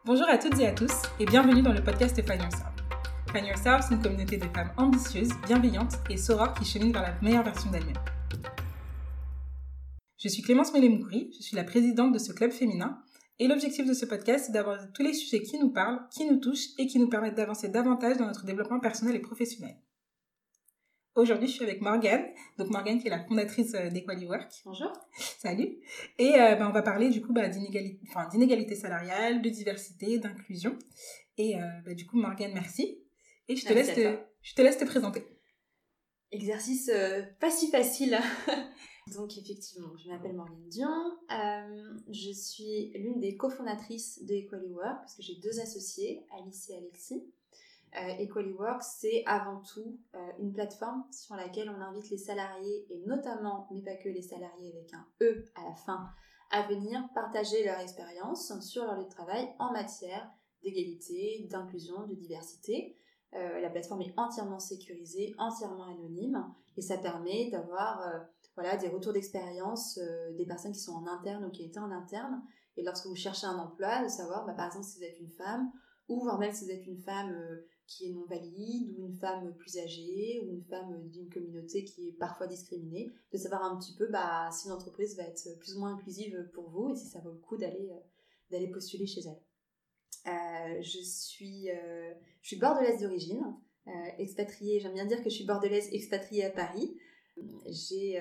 Bonjour à toutes et à tous et bienvenue dans le podcast Find Yourself. Find Yourself, c'est une communauté de femmes ambitieuses, bienveillantes et sorores qui cheminent vers la meilleure version d'elles-mêmes. Je suis Clémence Mélé-Moukouri, je suis la présidente de ce club féminin et l'objectif de ce podcast, c'est d'aborder tous les sujets qui nous parlent, qui nous touchent et qui nous permettent d'avancer davantage dans notre développement personnel et professionnel. Aujourd'hui, je suis avec Morgane, donc Morgane qui est la fondatrice d'Equally Work. Bonjour. Salut. Et on va parler du coup d'inégalité salariale, de diversité, d'inclusion. Et du coup, Morgane, merci. Et je te laisse te présenter. Exercice pas si facile. Donc effectivement, je m'appelle Morgane Dion. Je suis l'une des cofondatrices de Equally Work parce que j'ai deux associés, Alice et Alexis. Equally Work, c'est avant tout une plateforme sur laquelle on invite les salariés, et notamment, mais pas que les salariés avec un E à la fin, à venir partager leur expérience sur leur lieu de travail en matière d'égalité, d'inclusion, de diversité. La plateforme est entièrement sécurisée, entièrement anonyme, et ça permet d'avoir des retours d'expérience des personnes qui sont en interne ou qui étaient en interne, et lorsque vous cherchez un emploi, de savoir, par exemple, si vous êtes une femme, ou voire même si vous êtes une femme qui est non valide, ou une femme plus âgée, ou une femme d'une communauté qui est parfois discriminée, de savoir un petit peu si une entreprise va être plus ou moins inclusive pour vous, et si ça vaut le coup d'aller postuler chez elle. Je suis bordelaise d'origine, expatriée, j'aime bien dire que je suis bordelaise expatriée à Paris. J'ai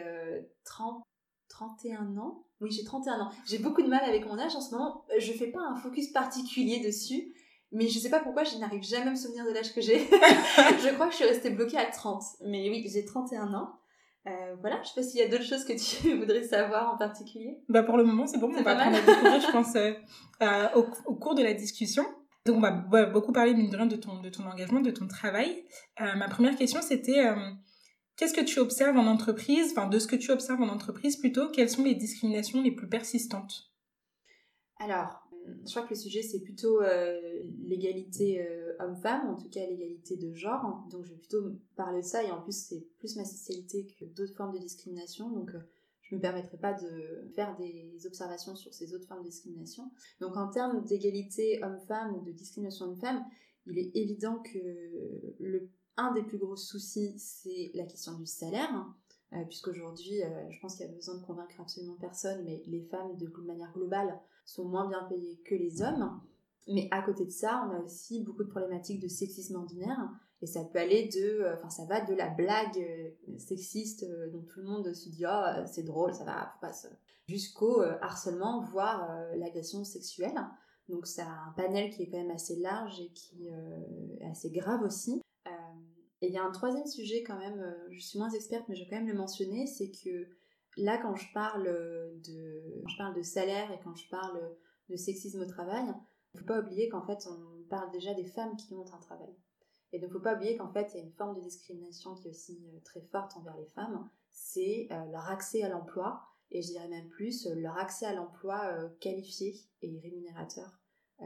31 ans. Oui, j'ai 31 ans. J'ai beaucoup de mal avec mon âge en ce moment. Je fais pas un focus particulier dessus, mais je sais pas pourquoi je n'arrive jamais à me souvenir de l'âge que j'ai. Je crois que je suis restée bloquée à 30. Mais oui, j'ai 31 ans. Voilà, je sais pas s'il y a d'autres choses que tu voudrais savoir en particulier. Pour le moment, c'est bon. On va apprendre à découvrir, je pense, au cours de la discussion. Donc, on va beaucoup parler, mine de rien, de ton engagement, de ton travail. Ma première question, c'était... qu'est-ce que tu observes en entreprise, de ce que tu observes en entreprise plutôt, quelles sont les discriminations les plus persistantes? Alors, je crois que le sujet c'est plutôt l'égalité homme-femme, en tout cas l'égalité de genre, donc je vais plutôt parler de ça, et en plus c'est plus ma spécialité que d'autres formes de discrimination, donc je ne me permettrai pas de faire des observations sur ces autres formes de discrimination. Donc en termes d'égalité homme-femme ou de discrimination homme-femme, il est évident que un des plus gros soucis, c'est la question du salaire, puisqu'aujourd'hui, je pense qu'il y a besoin de convaincre absolument personne, mais les femmes, de manière globale, sont moins bien payées que les hommes. Mais à côté de ça, on a aussi beaucoup de problématiques de sexisme ordinaire, et ça peut aller ça va de la blague sexiste dont tout le monde se dit « Oh, c'est drôle, ça va, faut pas se... » jusqu'au harcèlement, voire l'agression sexuelle. Donc c'est un panel qui est quand même assez large et qui est assez grave aussi. Et il y a un troisième sujet quand même, je suis moins experte mais je vais quand même le mentionner, c'est que là quand je parle de salaire et quand je parle de sexisme au travail, il ne faut pas oublier qu'en fait on parle déjà des femmes qui ont un travail. Et donc il ne faut pas oublier qu'en fait il y a une forme de discrimination qui est aussi très forte envers les femmes, c'est leur accès à l'emploi, et je dirais même plus leur accès à l'emploi qualifié et rémunérateur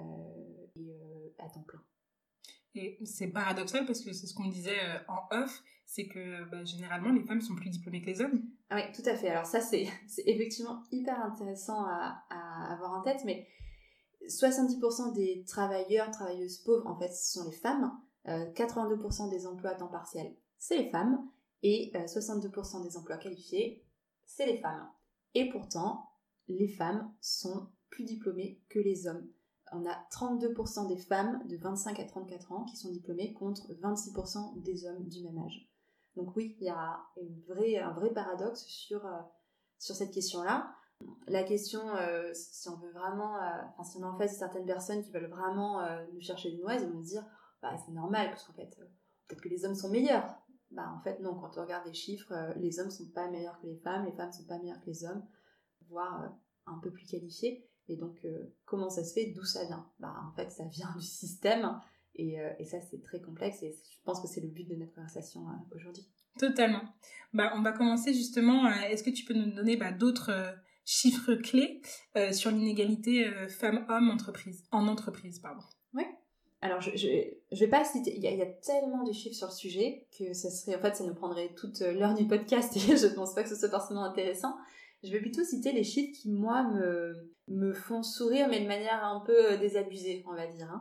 à temps plein. Et c'est paradoxal parce que c'est ce qu'on disait en off, c'est que généralement les femmes sont plus diplômées que les hommes. Ah oui, tout à fait. Alors ça c'est effectivement hyper intéressant à avoir en tête, mais 70% des travailleuses pauvres en fait ce sont les femmes, 82% des emplois à temps partiel c'est les femmes, et 62% des emplois qualifiés c'est les femmes. Et pourtant, les femmes sont plus diplômées que les hommes. On a 32% des femmes de 25 à 34 ans qui sont diplômées contre 26% des hommes du même âge. Donc oui, il y a un vrai paradoxe sur cette question-là. La question, si on veut vraiment, si on est en face de certaines personnes qui veulent vraiment nous chercher des noises, ils vont se dire c'est normal, parce qu'en fait, peut-être que les hommes sont meilleurs. En fait, non, quand on regarde les chiffres, les hommes sont pas meilleurs que les femmes sont pas meilleures que les hommes, voire un peu plus qualifiés. Et donc, comment ça se fait? D'où ça vient? En fait, ça vient du système, et ça, c'est très complexe, et je pense que c'est le but de notre conversation aujourd'hui. Totalement. On va commencer justement, est-ce que tu peux nous donner d'autres chiffres clés sur l'inégalité femmes-hommes en entreprise, pardon. Oui. Alors, je vais pas citer, il y a tellement de chiffres sur le sujet que ça nous prendrait toute l'heure du podcast, et je pense pas que ce soit forcément intéressant. Je vais plutôt citer les chiffres qui, moi, me font sourire, mais de manière un peu désabusée, on va dire.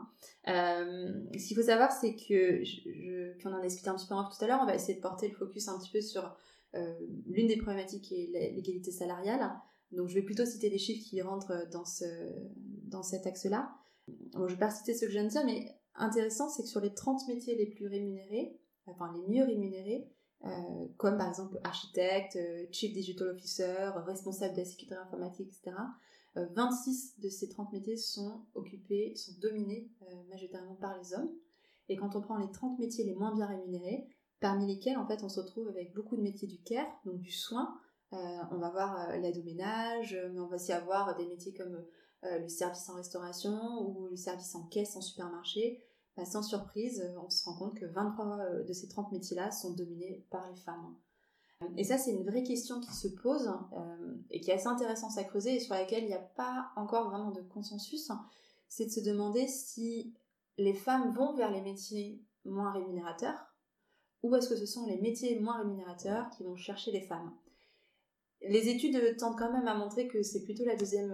Ce qu'il faut savoir, c'est que, puis on en a discuté un petit peu en off tout à l'heure, on va essayer de porter le focus un petit peu sur l'une des problématiques qui est l'égalité salariale. Donc je vais plutôt citer des chiffres qui rentrent dans cet axe-là. Bon, je ne vais pas citer ceux que je viens de dire, mais intéressant, c'est que sur les 30 métiers les plus rémunérés, enfin les mieux rémunérés, comme par exemple architecte, chief digital officer, responsable de la sécurité informatique, etc., 26 de ces 30 métiers sont dominés majoritairement par les hommes. Et quand on prend les 30 métiers les moins bien rémunérés, parmi lesquels en fait on se retrouve avec beaucoup de métiers du care, donc du soin, on va voir l'aide au ménage, mais on va aussi avoir des métiers comme le service en restauration ou le service en caisse en supermarché. Sans surprise, on se rend compte que 23 de ces 30 métiers-là sont dominés par les femmes. Et ça, c'est une vraie question qui se pose et qui est assez intéressante à creuser et sur laquelle il n'y a pas encore vraiment de consensus. C'est de se demander si les femmes vont vers les métiers moins rémunérateurs ou est-ce que ce sont les métiers moins rémunérateurs qui vont chercher les femmes. Les études tentent quand même à montrer que c'est plutôt la deuxième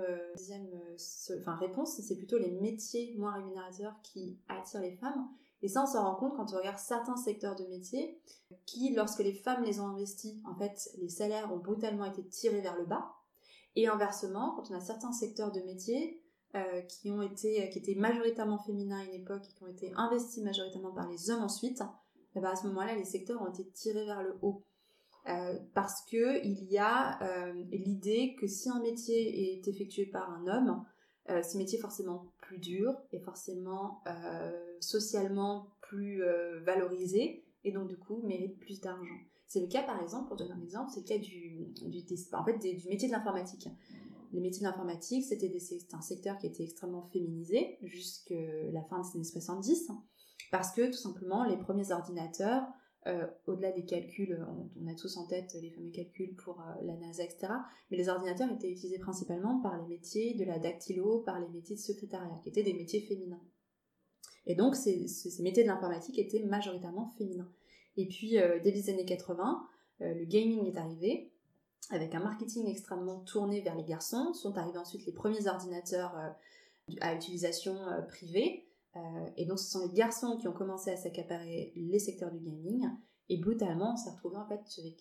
réponse, c'est plutôt les métiers moins rémunérateurs qui attirent les femmes. Et ça, on s'en rend compte quand on regarde certains secteurs de métiers qui, lorsque les femmes les ont investis, en fait, les salaires ont brutalement été tirés vers le bas. Et inversement, quand on a certains secteurs de métiers qui étaient majoritairement féminins à une époque et qui ont été investis majoritairement par les hommes ensuite, et bien à ce moment-là, les secteurs ont été tirés vers le haut. Parce que il y a l'idée que si un métier est effectué par un homme, ce métier est forcément plus dur et forcément socialement plus valorisé et donc du coup mérite plus d'argent. C'est le cas par exemple, pour donner un exemple, c'est le cas du métier de l'informatique. Les métiers de l'informatique, c'était un secteur qui était extrêmement féminisé jusqu'à la fin des années 70 parce que tout simplement les premiers ordinateurs au-delà des calculs, on a tous en tête les fameux calculs pour la NASA, etc. Mais les ordinateurs étaient utilisés principalement par les métiers de la dactylo, par les métiers de secrétariat, qui étaient des métiers féminins. Et donc, ces métiers de l'informatique étaient majoritairement féminins. Et puis, dès les années 80, le gaming est arrivé, avec un marketing extrêmement tourné vers les garçons. Sont arrivés ensuite les premiers ordinateurs à utilisation privée. Et donc ce sont les garçons qui ont commencé à s'accaparer les secteurs du gaming et brutalement on s'est retrouvé en fait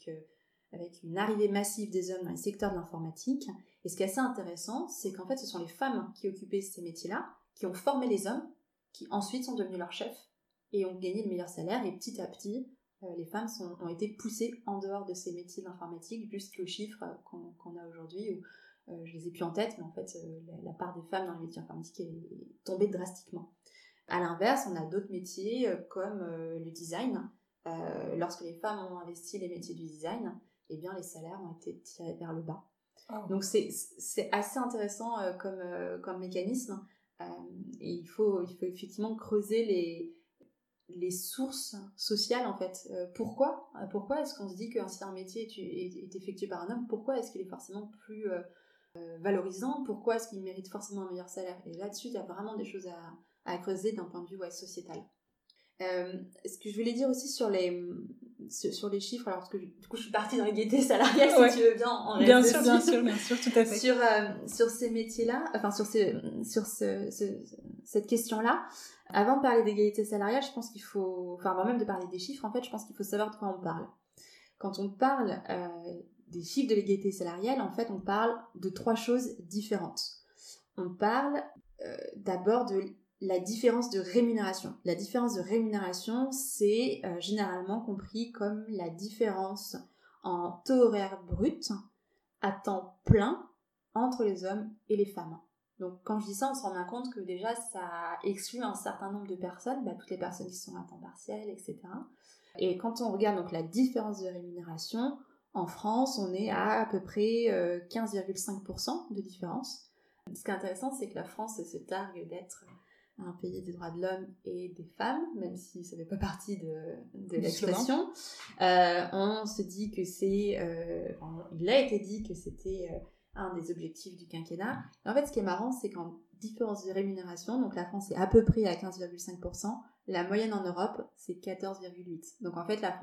avec une arrivée massive des hommes dans les secteurs de l'informatique. Et ce qui est assez intéressant, c'est qu'en fait ce sont les femmes qui occupaient ces métiers-là, qui ont formé les hommes, qui ensuite sont devenus leurs chefs et ont gagné le meilleur salaire. Et petit à petit les femmes ont été poussées en dehors de ces métiers d'informatique jusqu'aux chiffres qu'on a aujourd'hui où je les ai plus en tête, mais en fait la part des femmes dans les métiers informatiques est tombée drastiquement. À l'inverse, on a d'autres métiers comme le design. Lorsque les femmes ont investi les métiers du design, eh bien, les salaires ont été tirés vers le bas. Oh. Donc c'est assez intéressant comme mécanisme. Et il faut effectivement creuser les sources sociales en fait. Pourquoi est-ce qu'on se dit qu'un certain métier est effectué par un homme? Pourquoi est-ce qu'il est forcément plus valorisant? Pourquoi est-ce qu'il mérite forcément un meilleur salaire? Et là-dessus, il y a vraiment des choses à creuser d'un point de vue sociétal. Ce que je voulais dire aussi sur les chiffres, alors parce que du coup je suis partie dans l'égalité salariale, si tu veux bien en rester bien sûr, tout à fait. Sur ces métiers-là, enfin sur cette question-là, avant de parler d'égalité salariale, je pense qu'il faut, enfin avant même de parler des chiffres, en fait, je pense qu'il faut savoir de quoi on parle. Quand on parle des chiffres de l'égalité salariale, en fait, on parle de 3 choses différentes. On parle d'abord de la différence de rémunération. La différence de rémunération, c'est généralement compris comme la différence en taux horaire brut à temps plein entre les hommes et les femmes. Donc quand je dis ça, on se rend bien compte que déjà ça exclut un certain nombre de personnes, toutes les personnes qui sont à temps partiel, etc. Et quand on regarde donc la différence de rémunération, en France, on est à peu près 15,5% de différence. Ce qui est intéressant, c'est que la France se targue d'être un pays des droits de l'homme et des femmes, même si ça ne fait pas partie de l'expression. On se dit que il a été dit que c'était un des objectifs du quinquennat. Et en fait, ce qui est marrant, c'est qu'en différence de rémunération, donc la France est à peu près à 15,5%, la moyenne en Europe, c'est 14,8%. Donc en fait, la France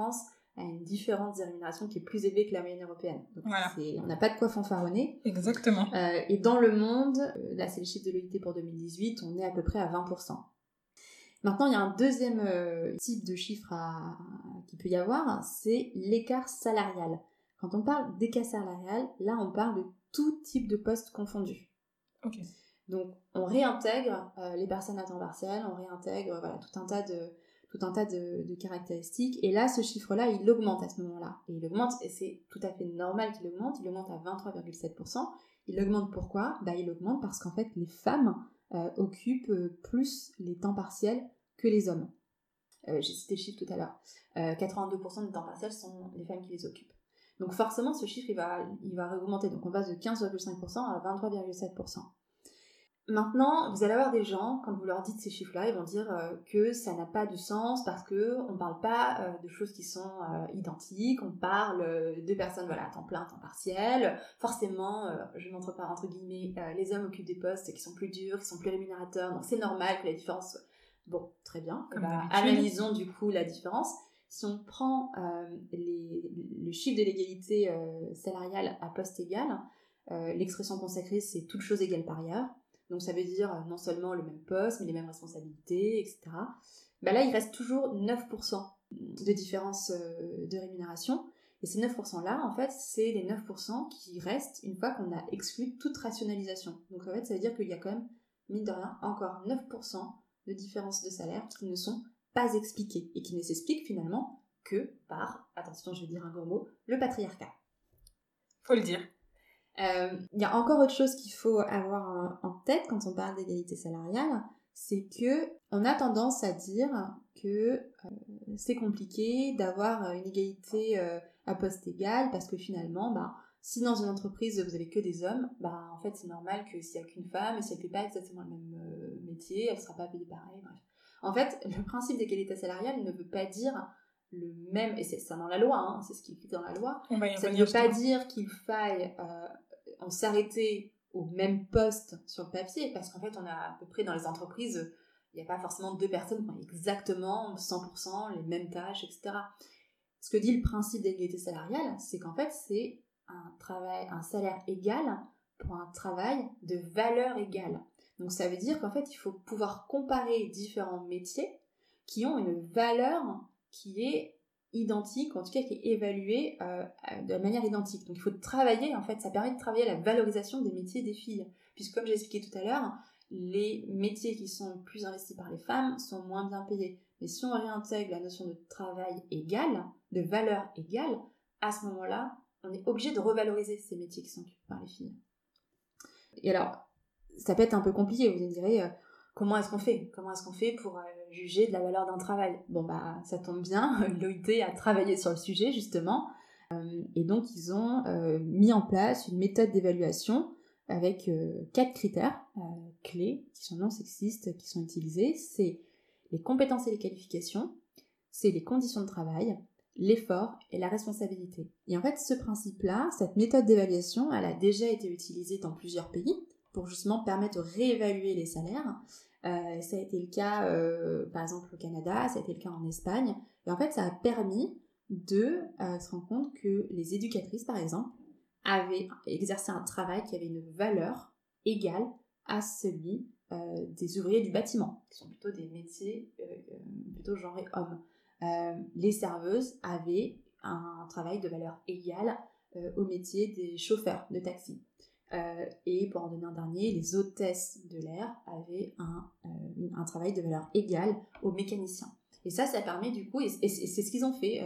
à une différence de rémunération qui est plus élevée que la moyenne européenne. Donc Voilà. on n'a pas de quoi fanfaronner. Exactement. Et dans le monde, là c'est le chiffre de l'OIT pour 2018, on est à peu près à 20%. Maintenant, il y a un deuxième type de chiffre qu'il peut y avoir, c'est l'écart salarial. Quand on parle d'écart salarial, là on parle de tout type de poste confondu. Ok. Donc on réintègre les personnes à temps partiel, on réintègre tout un tas de caractéristiques. Et là, ce chiffre-là, il augmente à ce moment-là. Et il augmente, et c'est tout à fait normal qu'il augmente, il augmente à 23,7%. Il augmente pourquoi ? Il augmente parce qu'en fait, les femmes occupent plus les temps partiels que les hommes. J'ai cité le chiffre tout à l'heure. 82% des temps partiels sont les femmes qui les occupent. Donc forcément, ce chiffre, il va augmenter. Donc on passe de 15,5% à 23,7%. Maintenant, vous allez avoir des gens, quand vous leur dites ces chiffres-là, ils vont dire que ça n'a pas de sens parce qu'on ne parle pas de choses qui sont identiques, on parle de personnes à temps plein, temps partiel. Forcément, je montre pas entre guillemets, les hommes occupent des postes qui sont plus durs, qui sont plus rémunérateurs, donc c'est normal que la différence soit... Bon, très bien, analysons du coup la différence. Si on prend le chiffre de l'égalité salariale à poste égal, l'expression consacrée c'est toute chose égale par ailleurs. Donc ça veut dire non seulement le même poste, mais les mêmes responsabilités, etc. Là, il reste toujours 9% de différence de rémunération. Et ces 9%-là, en fait, c'est les 9% qui restent une fois qu'on a exclu toute rationalisation. Donc en fait, ça veut dire qu'il y a quand même, mine de rien, encore 9% de différence de salaire qui ne sont pas expliquées et qui ne s'expliquent finalement que par, attention, je vais dire un gros mot, le patriarcat. Faut le dire. Il y a encore autre chose qu'il faut avoir en tête quand on parle d'égalité salariale, c'est que on a tendance à dire que c'est compliqué d'avoir une égalité à poste égal parce que finalement, si dans une entreprise vous avez que des hommes, en fait c'est normal que s'il n'y a qu'une femme et si elle ne fait pas exactement le même métier, elle ne sera pas payée pareil, bref. En fait, le principe d'égalité salariale, il ne veut pas dire le même, et c'est ça dans la loi, c'est ce qui est écrit dans la loi, ça ne veut pas dire qu'il faille en s'arrêter au même poste sur le papier, parce qu'en fait on a à peu près dans les entreprises, il n'y a pas forcément deux personnes qui ont exactement 100% les mêmes tâches, etc. Ce que dit le principe d'égalité salariale, c'est qu'en fait c'est un salaire égal pour un travail de valeur égale. Donc ça veut dire qu'en fait il faut pouvoir comparer différents métiers qui ont une valeur qui est identique, ou en tout cas qui est évaluée de manière identique. Donc il faut travailler, en fait, ça permet de travailler à la valorisation des métiers des filles. Puisque comme j'ai expliqué tout à l'heure, les métiers qui sont plus investis par les femmes sont moins bien payés. Mais si on réintègre la notion de travail égal, de valeur égale, à ce moment-là, on est obligé de revaloriser ces métiers qui sont occupés par les filles. Et alors, ça peut être un peu compliqué, vous me direz... Comment est-ce qu'on fait pour juger de la valeur d'un travail ? Ça tombe bien, l'OIT a travaillé sur le sujet justement, et donc ils ont mis en place une méthode d'évaluation avec 4 critères clés qui sont non sexistes, qui sont utilisés. C'est les compétences et les qualifications, c'est les conditions de travail, l'effort et la responsabilité. Et en fait, ce principe-là, cette méthode d'évaluation, elle a déjà été utilisée dans plusieurs pays, pour justement permettre de réévaluer les salaires. Ça a été le cas, par exemple, au Canada, ça a été le cas en Espagne. Et en fait, ça a permis de se rendre compte que les éducatrices, par exemple, avaient exercé un travail qui avait une valeur égale à celui des ouvriers du bâtiment, qui sont plutôt des métiers plutôt genrés hommes. Les serveuses avaient un travail de valeur égale au métier des chauffeurs de taxi. Et pour en donner un dernier, les hôtesses de l'air avaient un travail de valeur égale aux mécaniciens. Et ça permet du coup, et c'est ce qu'ils ont fait.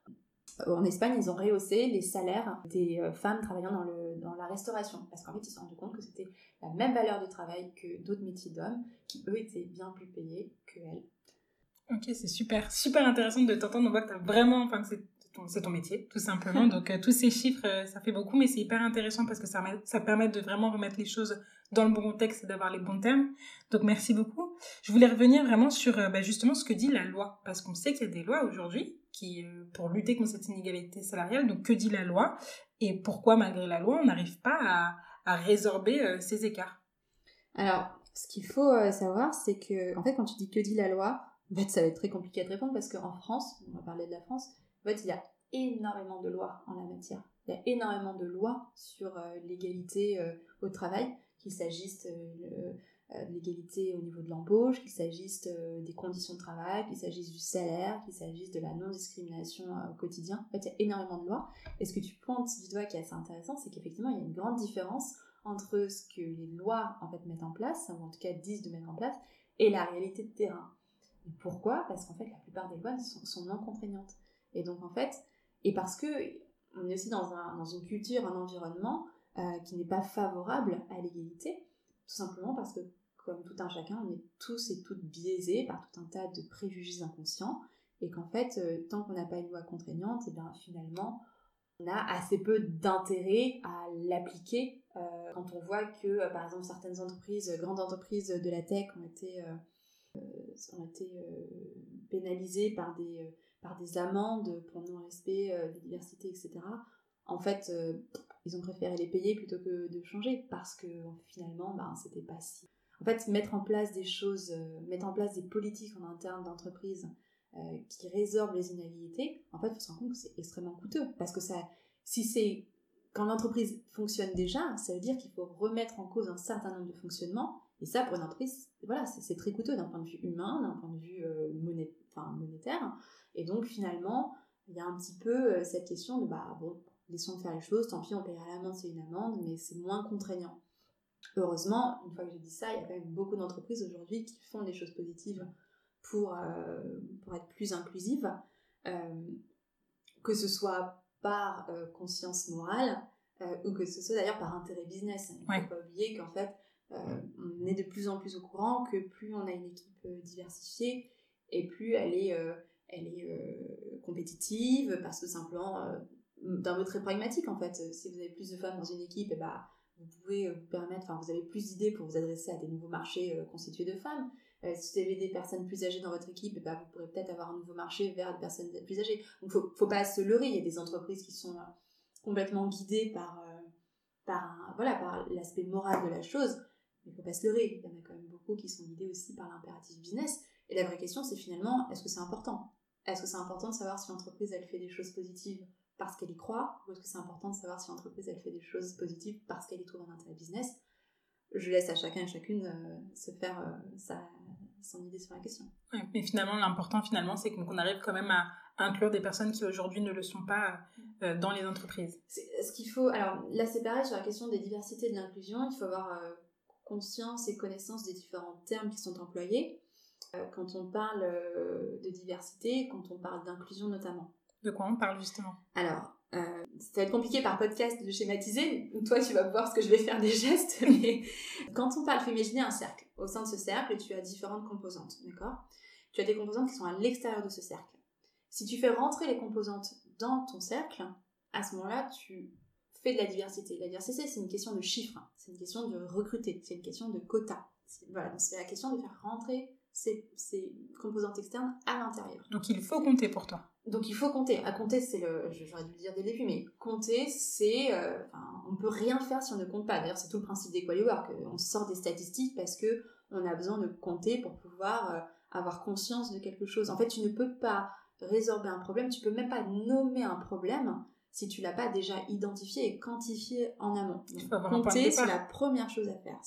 En Espagne, ils ont rehaussé les salaires des femmes travaillant dans la restauration. Parce qu'en fait, ils se sont rendus compte que c'était la même valeur de travail que d'autres métiers d'hommes, qui eux étaient bien plus payés qu'elles. Ok, c'est super intéressant de t'entendre. On voit que t'as vraiment, c'est ton métier, tout simplement. Donc, tous ces chiffres, ça fait beaucoup, mais c'est hyper intéressant parce que ça permet de vraiment remettre les choses dans le bon contexte et d'avoir les bons termes. Donc, merci beaucoup. Je voulais revenir vraiment sur, justement, ce que dit la loi. Parce qu'on sait qu'il y a des lois aujourd'hui pour lutter contre cette inégalité salariale. Donc, que dit la loi? Et pourquoi, malgré la loi, on n'arrive pas à résorber ces écarts? Alors, ce qu'il faut savoir, c'est que, en fait, quand tu dis que dit la loi, en fait, ça va être très compliqué à te répondre parce qu'en France, on va parler de la France, en fait, il y a énormément de lois en la matière. Il y a énormément de lois sur l'égalité au travail, qu'il s'agisse de l'égalité au niveau de l'embauche, qu'il s'agisse des conditions de travail, qu'il s'agisse du salaire, qu'il s'agisse de la non-discrimination au quotidien. En fait, il y a énormément de lois. Et ce que tu pointes du doigt qui est assez intéressant, c'est qu'effectivement, il y a une grande différence entre ce que les lois en fait mettent en place, ou en tout cas disent de mettre en place, et la réalité de terrain. Et pourquoi ? Parce qu'en fait, la plupart des lois sont non contraignantes. Et donc, en fait, et parce que on est aussi dans une culture, un environnement qui n'est pas favorable à l'égalité, tout simplement parce que, comme tout un chacun, on est tous et toutes biaisés par tout un tas de préjugés inconscients, et qu'en fait, tant qu'on n'a pas une loi contraignante, et bien finalement, on a assez peu d'intérêt à l'appliquer quand on voit que, par exemple, certaines entreprises, grandes entreprises de la tech ont été pénalisées par des amendes pour non-respect des diversités, etc. En fait, ils ont préféré les payer plutôt que de changer, parce que finalement, c'était pas si... En fait, mettre en place des choses, mettre en place des politiques en interne d'entreprise qui résorbent les inégalités, en fait, il faut se rendre compte que c'est extrêmement coûteux, parce que quand l'entreprise fonctionne déjà, ça veut dire qu'il faut remettre en cause un certain nombre de fonctionnements, et ça, pour une entreprise, voilà, c'est très coûteux d'un point de vue humain, d'un point de vue monétaire, et donc finalement, il y a un petit peu cette question de, laissons faire les choses, tant pis, on paiera l'amende, c'est une amende, mais c'est moins contraignant. Heureusement, une fois que j'ai dit ça, il y a quand même beaucoup d'entreprises aujourd'hui qui font des choses positives pour être plus inclusives, que ce soit par conscience morale ou que ce soit d'ailleurs par intérêt business. Il ne faut pas oublier qu'en fait, on est de plus en plus au courant que plus on a une équipe diversifiée et plus elle est compétitive, parce que simplement, d'un mot très pragmatique en fait, si vous avez plus de femmes dans une équipe, vous pouvez vous permettre, vous avez plus d'idées pour vous adresser à des nouveaux marchés constitués de femmes. Si vous avez des personnes plus âgées dans votre équipe, vous pourrez peut-être avoir un nouveau marché vers des personnes plus âgées. Donc faut pas se leurrer, il y a des entreprises qui sont complètement guidées par l'aspect moral de la chose, mais il faut pas se leurrer, il y en a quand même beaucoup qui sont guidés aussi par l'impératif business. Et la vraie question, c'est finalement, est-ce que c'est important ? Est-ce que c'est important de savoir si l'entreprise elle fait des choses positives parce qu'elle y croit, ou est-ce que c'est important de savoir si l'entreprise elle fait des choses positives parce qu'elle y trouve un intérêt business ? Je laisse à chacun et chacune se faire son idée sur la question. Ouais, mais finalement, l'important, c'est qu'on arrive quand même à inclure des personnes qui aujourd'hui ne le sont pas dans les entreprises. Ce qu'il faut, alors là c'est pareil sur la question des diversités et de l'inclusion, il faut avoir conscience et connaissance des différents termes qui sont employés quand on parle de diversité, quand on parle d'inclusion notamment. De quoi on parle justement ? Alors, ça va être compliqué par podcast de schématiser. Toi, tu vas voir ce que je vais faire des gestes. Mais quand on parle, il faut imaginer un cercle. Au sein de ce cercle, tu as différentes composantes, d'accord ? Tu as des composantes qui sont à l'extérieur de ce cercle. Si tu fais rentrer les composantes dans ton cercle, à ce moment-là, tu fais de la diversité. La diversité, c'est une question de chiffres, c'est une question de recruter, c'est une question de quotas. Voilà, donc c'est la question de faire rentrer ces composantes externes à l'intérieur. Donc il faut compter pour toi. Donc il faut compter. À compter, j'aurais dû le dire dès le début, mais compter, c'est... on ne peut rien faire si on ne compte pas. D'ailleurs, c'est tout le principe d'Equality Work. On sort des statistiques parce qu'on a besoin de compter pour pouvoir avoir conscience de quelque chose. En fait, tu ne peux pas résorber un problème, tu ne peux même pas nommer un problème si tu ne l'as pas déjà identifié et quantifié en amont. Donc, compter, c'est la première chose à faire.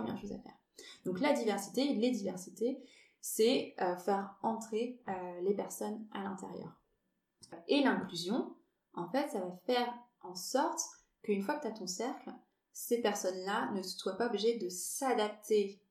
Donc la diversité, les diversités, c'est faire entrer les personnes à l'intérieur. Et l'inclusion, en fait, ça va faire en sorte qu'une fois que tu as ton cercle, ces personnes-là ne soient pas obligées de s'adapter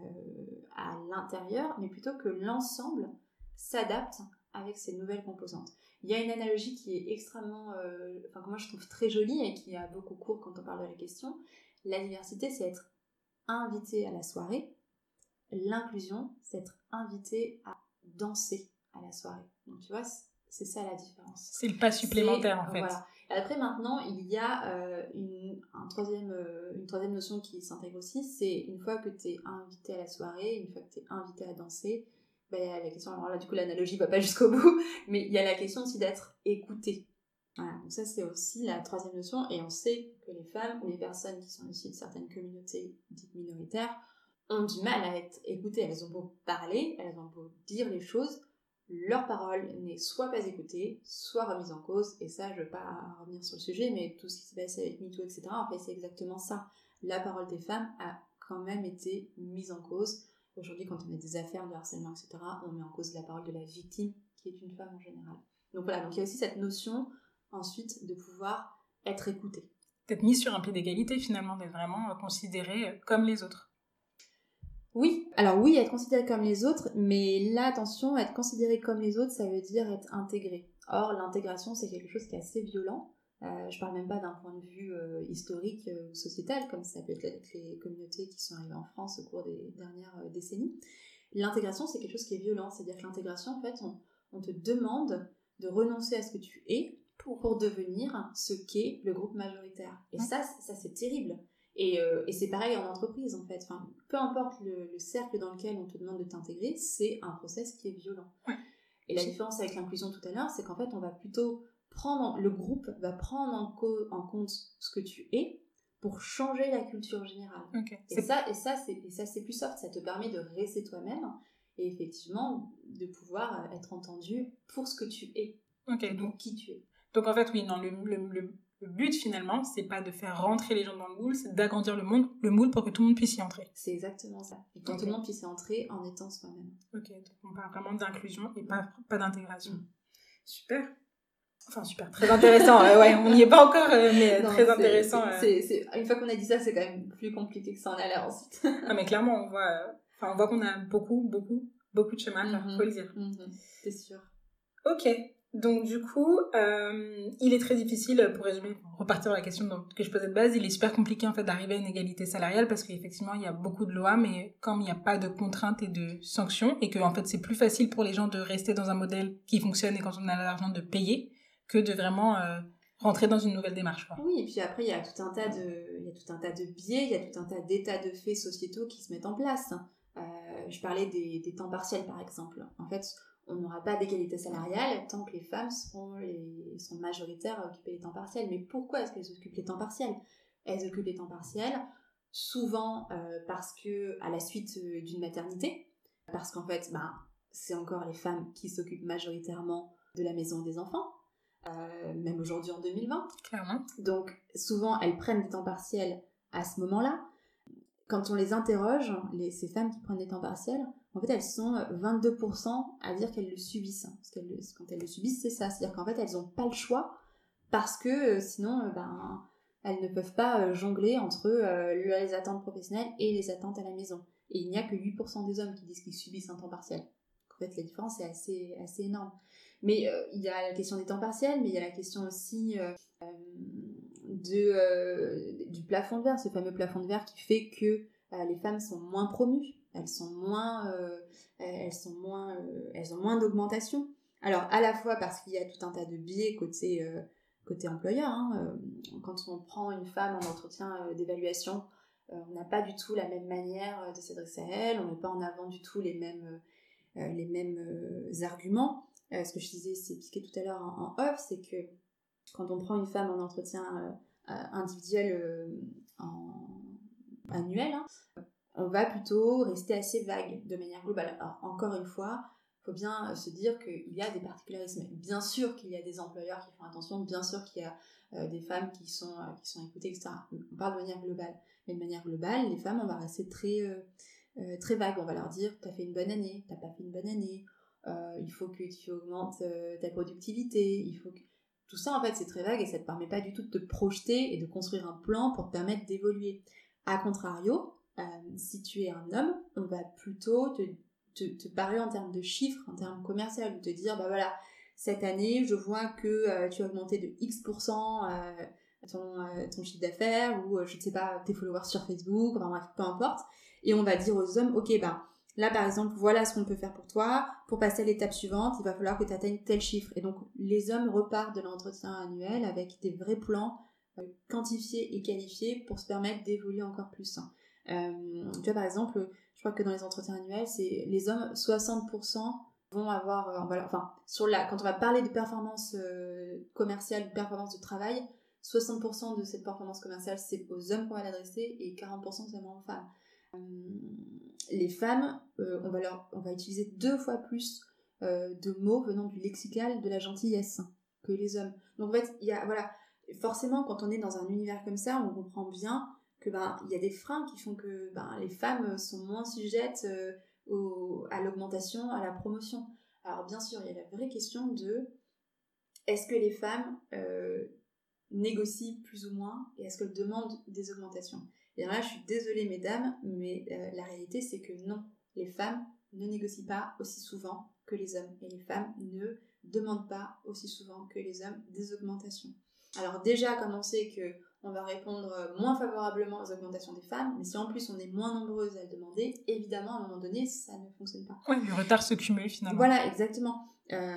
à l'intérieur, mais plutôt que l'ensemble s'adapte avec ces nouvelles composantes. Il y a une analogie qui est extrêmement, que moi je trouve très jolie et qui a beaucoup cours quand on parle de la question. La diversité, c'est être invité à la soirée. L'inclusion, c'est être invité à danser à la soirée. Donc tu vois, c'est ça la différence. C'est le pas supplémentaire en fait. Voilà. Et après maintenant, il y a une troisième notion qui s'intègre aussi, c'est une fois que tu es invité à la soirée, une fois que tu es invité à danser, la question, alors là du coup l'analogie va pas jusqu'au bout, mais il y a la question aussi d'être écouté. Voilà, donc ça c'est aussi la troisième notion, et on sait que les femmes ou les personnes qui sont issues de certaines communautés dites minoritaires ont du mal à être écoutées. Elles ont beau parler, elles ont beau dire les choses, leur parole n'est soit pas écoutée, soit remise en cause. Et ça, je ne veux pas revenir sur le sujet, mais tout ce qui s'est passé avec MeToo, etc., en fait, c'est exactement ça. La parole des femmes a quand même été mise en cause. Aujourd'hui, quand on a des affaires de harcèlement, etc., on met en cause la parole de la victime, qui est une femme en général. Donc voilà, donc il y a aussi cette notion, ensuite, de pouvoir être écoutée. D'être mis sur un pied d'égalité, finalement, d'être vraiment considéré comme les autres. Oui, alors oui, être considéré comme les autres, mais là, attention, être considéré comme les autres, ça veut dire être intégré. Or, l'intégration, c'est quelque chose qui est assez violent. Je parle même pas d'un point de vue historique ou sociétal, comme ça peut être avec les communautés qui sont arrivées en France au cours des dernières décennies. L'intégration, c'est quelque chose qui est violent, c'est-à-dire que l'intégration, en fait, on te demande de renoncer à ce que tu es pour devenir ce qu'est le groupe majoritaire. Et ça c'est terrible. Et c'est pareil en entreprise, en fait. Enfin, peu importe le cercle dans lequel on te demande de t'intégrer, c'est un process qui est violent. Ouais. Et la différence avec l'inclusion tout à l'heure, c'est qu'en fait, on va plutôt le groupe va prendre en compte ce que tu es pour changer la culture générale. Okay. Et ça, c'est plus soft. Ça te permet de rester toi-même et effectivement de pouvoir être entendu pour ce que tu es. Okay, pour qui tu es. Donc en fait, oui, non, le but finalement, c'est pas de faire rentrer les gens dans le moule, c'est d'agrandir le moule pour que tout le monde puisse y entrer. C'est exactement ça. Et pour que tout le monde puisse y entrer en étant soi-même. Ok, donc on parle vraiment d'inclusion et pas d'intégration. Super. Enfin, super, très intéressant. Ouais, on n'y est pas encore, mais non, très intéressant. Une fois qu'on a dit ça, c'est quand même plus compliqué que ça en a l'air ensuite. Ah, mais clairement, on voit qu'on a beaucoup de chemin à faire, faut le dire. C'est sûr. Ok. Donc du coup, il est très difficile, pour résumer, pour repartir à la question que je posais de base, il est super compliqué en fait d'arriver à une égalité salariale parce qu'effectivement il y a beaucoup de lois, mais comme il n'y a pas de contraintes et de sanctions, et que en fait c'est plus facile pour les gens de rester dans un modèle qui fonctionne et quand on a l'argent de payer, que de vraiment rentrer dans une nouvelle démarche, quoi. Oui, et puis après il y a tout un tas de biais, il y a tout un tas d'états de faits sociétaux qui se mettent en place. Je parlais des temps partiels par exemple. En fait, on n'aura pas d'égalité salariale tant que les femmes sont majoritaires à occuper les temps partiels. Mais pourquoi est-ce qu'elles occupent les temps partiels ? Elles occupent les temps partiels souvent parce que à la suite d'une maternité, parce qu'en fait, c'est encore les femmes qui s'occupent majoritairement de la maison et des enfants, même aujourd'hui en 2020. Clairement. Donc souvent, elles prennent des temps partiels à ce moment-là. Quand on les interroge, ces femmes qui prennent des temps partiels, en fait, elles sont 22% à dire qu'elles le subissent. Parce que quand elles le subissent, c'est ça. C'est-à-dire qu'en fait, elles n'ont pas le choix parce que sinon, elles ne peuvent pas jongler entre les attentes professionnelles et les attentes à la maison. Et il n'y a que 8% des hommes qui disent qu'ils subissent un temps partiel. En fait, la différence est assez énorme. Mais il y a la question des temps partiels, mais il y a la question aussi du plafond de verre, ce fameux plafond de verre qui fait que les femmes sont moins promues, elles ont moins d'augmentation. Alors à la fois parce qu'il y a tout un tas de biais côté employeur, quand on prend une femme en entretien d'évaluation, on n'a pas du tout la même manière de s'adresser à elle, on met pas en avant du tout les mêmes arguments. Ce que je disais, c'est expliqué tout à l'heure en off, c'est que quand on prend une femme en entretien individuel annuel, on va plutôt rester assez vague de manière globale. Alors, encore une fois, il faut bien se dire qu'il y a des particularismes. Bien sûr qu'il y a des employeurs qui font attention, bien sûr qu'il y a des femmes qui sont écoutées, etc. On parle de manière globale. Mais de manière globale, les femmes, on va rester très vague. On va leur dire, t'as fait une bonne année, t'as pas fait une bonne année, il faut que tu augmentes ta productivité, il faut que... Tout ça, en fait, c'est très vague et ça ne te permet pas du tout de te projeter et de construire un plan pour te permettre d'évoluer. A contrario, si tu es un homme, on va plutôt te parler en termes de chiffres, en termes commerciaux, de te dire, voilà, cette année, je vois que tu as augmenté de X% ton chiffre d'affaires ou, je ne sais pas, tes followers sur Facebook, enfin bref, peu importe. Et on va dire aux hommes, ok, là, par exemple, voilà ce qu'on peut faire pour toi. Pour passer à l'étape suivante, il va falloir que tu atteignes tel chiffre. Et donc, les hommes repartent de l'entretien annuel avec des vrais plans quantifiés et qualifiés pour se permettre d'évoluer encore plus. Tu vois, par exemple, je crois que dans les entretiens annuels, c'est les hommes, 60% vont avoir... quand on va parler de performance commerciale, de performance de travail, 60% de cette performance commerciale, c'est aux hommes qu'on va l'adresser et 40% seulement aux femmes. Les femmes, on va utiliser 2 fois plus de mots venant du lexical de la gentillesse que les hommes. Donc en fait, il y a, voilà, forcément, quand on est dans un univers comme ça, on comprend bien que il y a des freins qui font que les femmes sont moins sujettes à l'augmentation, à la promotion. Alors bien sûr, il y a la vraie question de est-ce que les femmes négocient plus ou moins et est-ce qu'elles demandent des augmentations? Et alors là, je suis désolée mesdames, mais la réalité c'est que non, les femmes ne négocient pas aussi souvent que les hommes et les femmes ne demandent pas aussi souvent que les hommes des augmentations. Alors déjà, comme on sait qu'on va répondre moins favorablement aux augmentations des femmes, mais si en plus on est moins nombreuses à le demander, évidemment à un moment donné ça ne fonctionne pas. Ouais, le retard se cumule finalement. Voilà, exactement.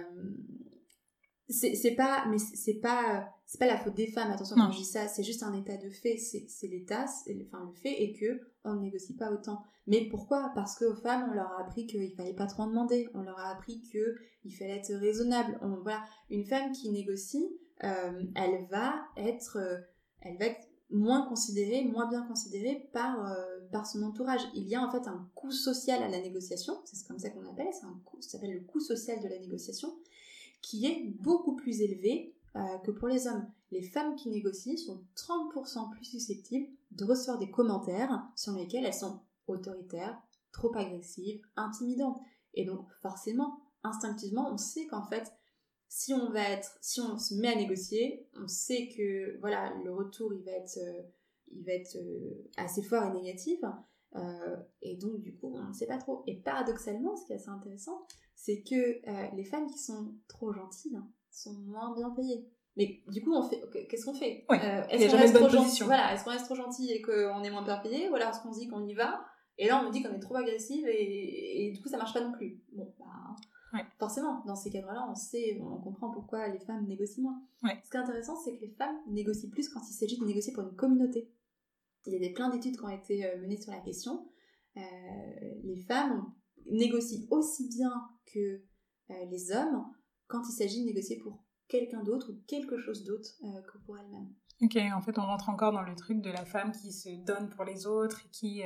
C'est pas la faute des femmes, attention quand je dis ça, c'est juste un état de fait, c'est l'état, le fait est que on ne négocie pas autant. Mais pourquoi? Parce qu'aux femmes on leur a appris qu'il fallait pas trop en demander, on leur a appris qu'il fallait être raisonnable. Voilà, une femme qui négocie, elle va être moins considérée, moins bien considérée par son entourage. Il y a en fait un coût social à la négociation, c'est comme ça qu'on appelle, ça s'appelle le coût social de la négociation, qui est beaucoup plus élevé que pour les hommes. Les femmes qui négocient sont 30% plus susceptibles de recevoir des commentaires sur lesquels elles sont autoritaires, trop agressives, intimidantes. Et donc forcément, instinctivement, on sait qu'en fait, si on se met à négocier, on sait que voilà, le retour il va être assez fort et négatif. Et donc du coup, on ne sait pas trop. Et paradoxalement, ce qui est assez intéressant, c'est que les femmes qui sont trop gentilles sont moins bien payées. Mais du coup, qu'est-ce qu'on fait? Est-ce qu'on reste trop gentil? Voilà, est-ce qu'on reste trop gentil et qu'on est moins bien payé, ou alors est-ce qu'on se dit qu'on y va et là on nous dit qu'on est trop agressive et du coup ça marche pas non plus. Bon, forcément, dans ces cadres-là, on comprend pourquoi les femmes négocient moins. Ce qui est intéressant, c'est que les femmes négocient plus quand il s'agit de négocier pour une communauté. Il y a plein d'études qui ont été menées sur la question. Les femmes négocient aussi bien que les hommes quand il s'agit de négocier pour quelqu'un d'autre ou quelque chose d'autre que pour elle-même. Ok, en fait on rentre encore dans le truc de la femme qui se donne pour les autres et qui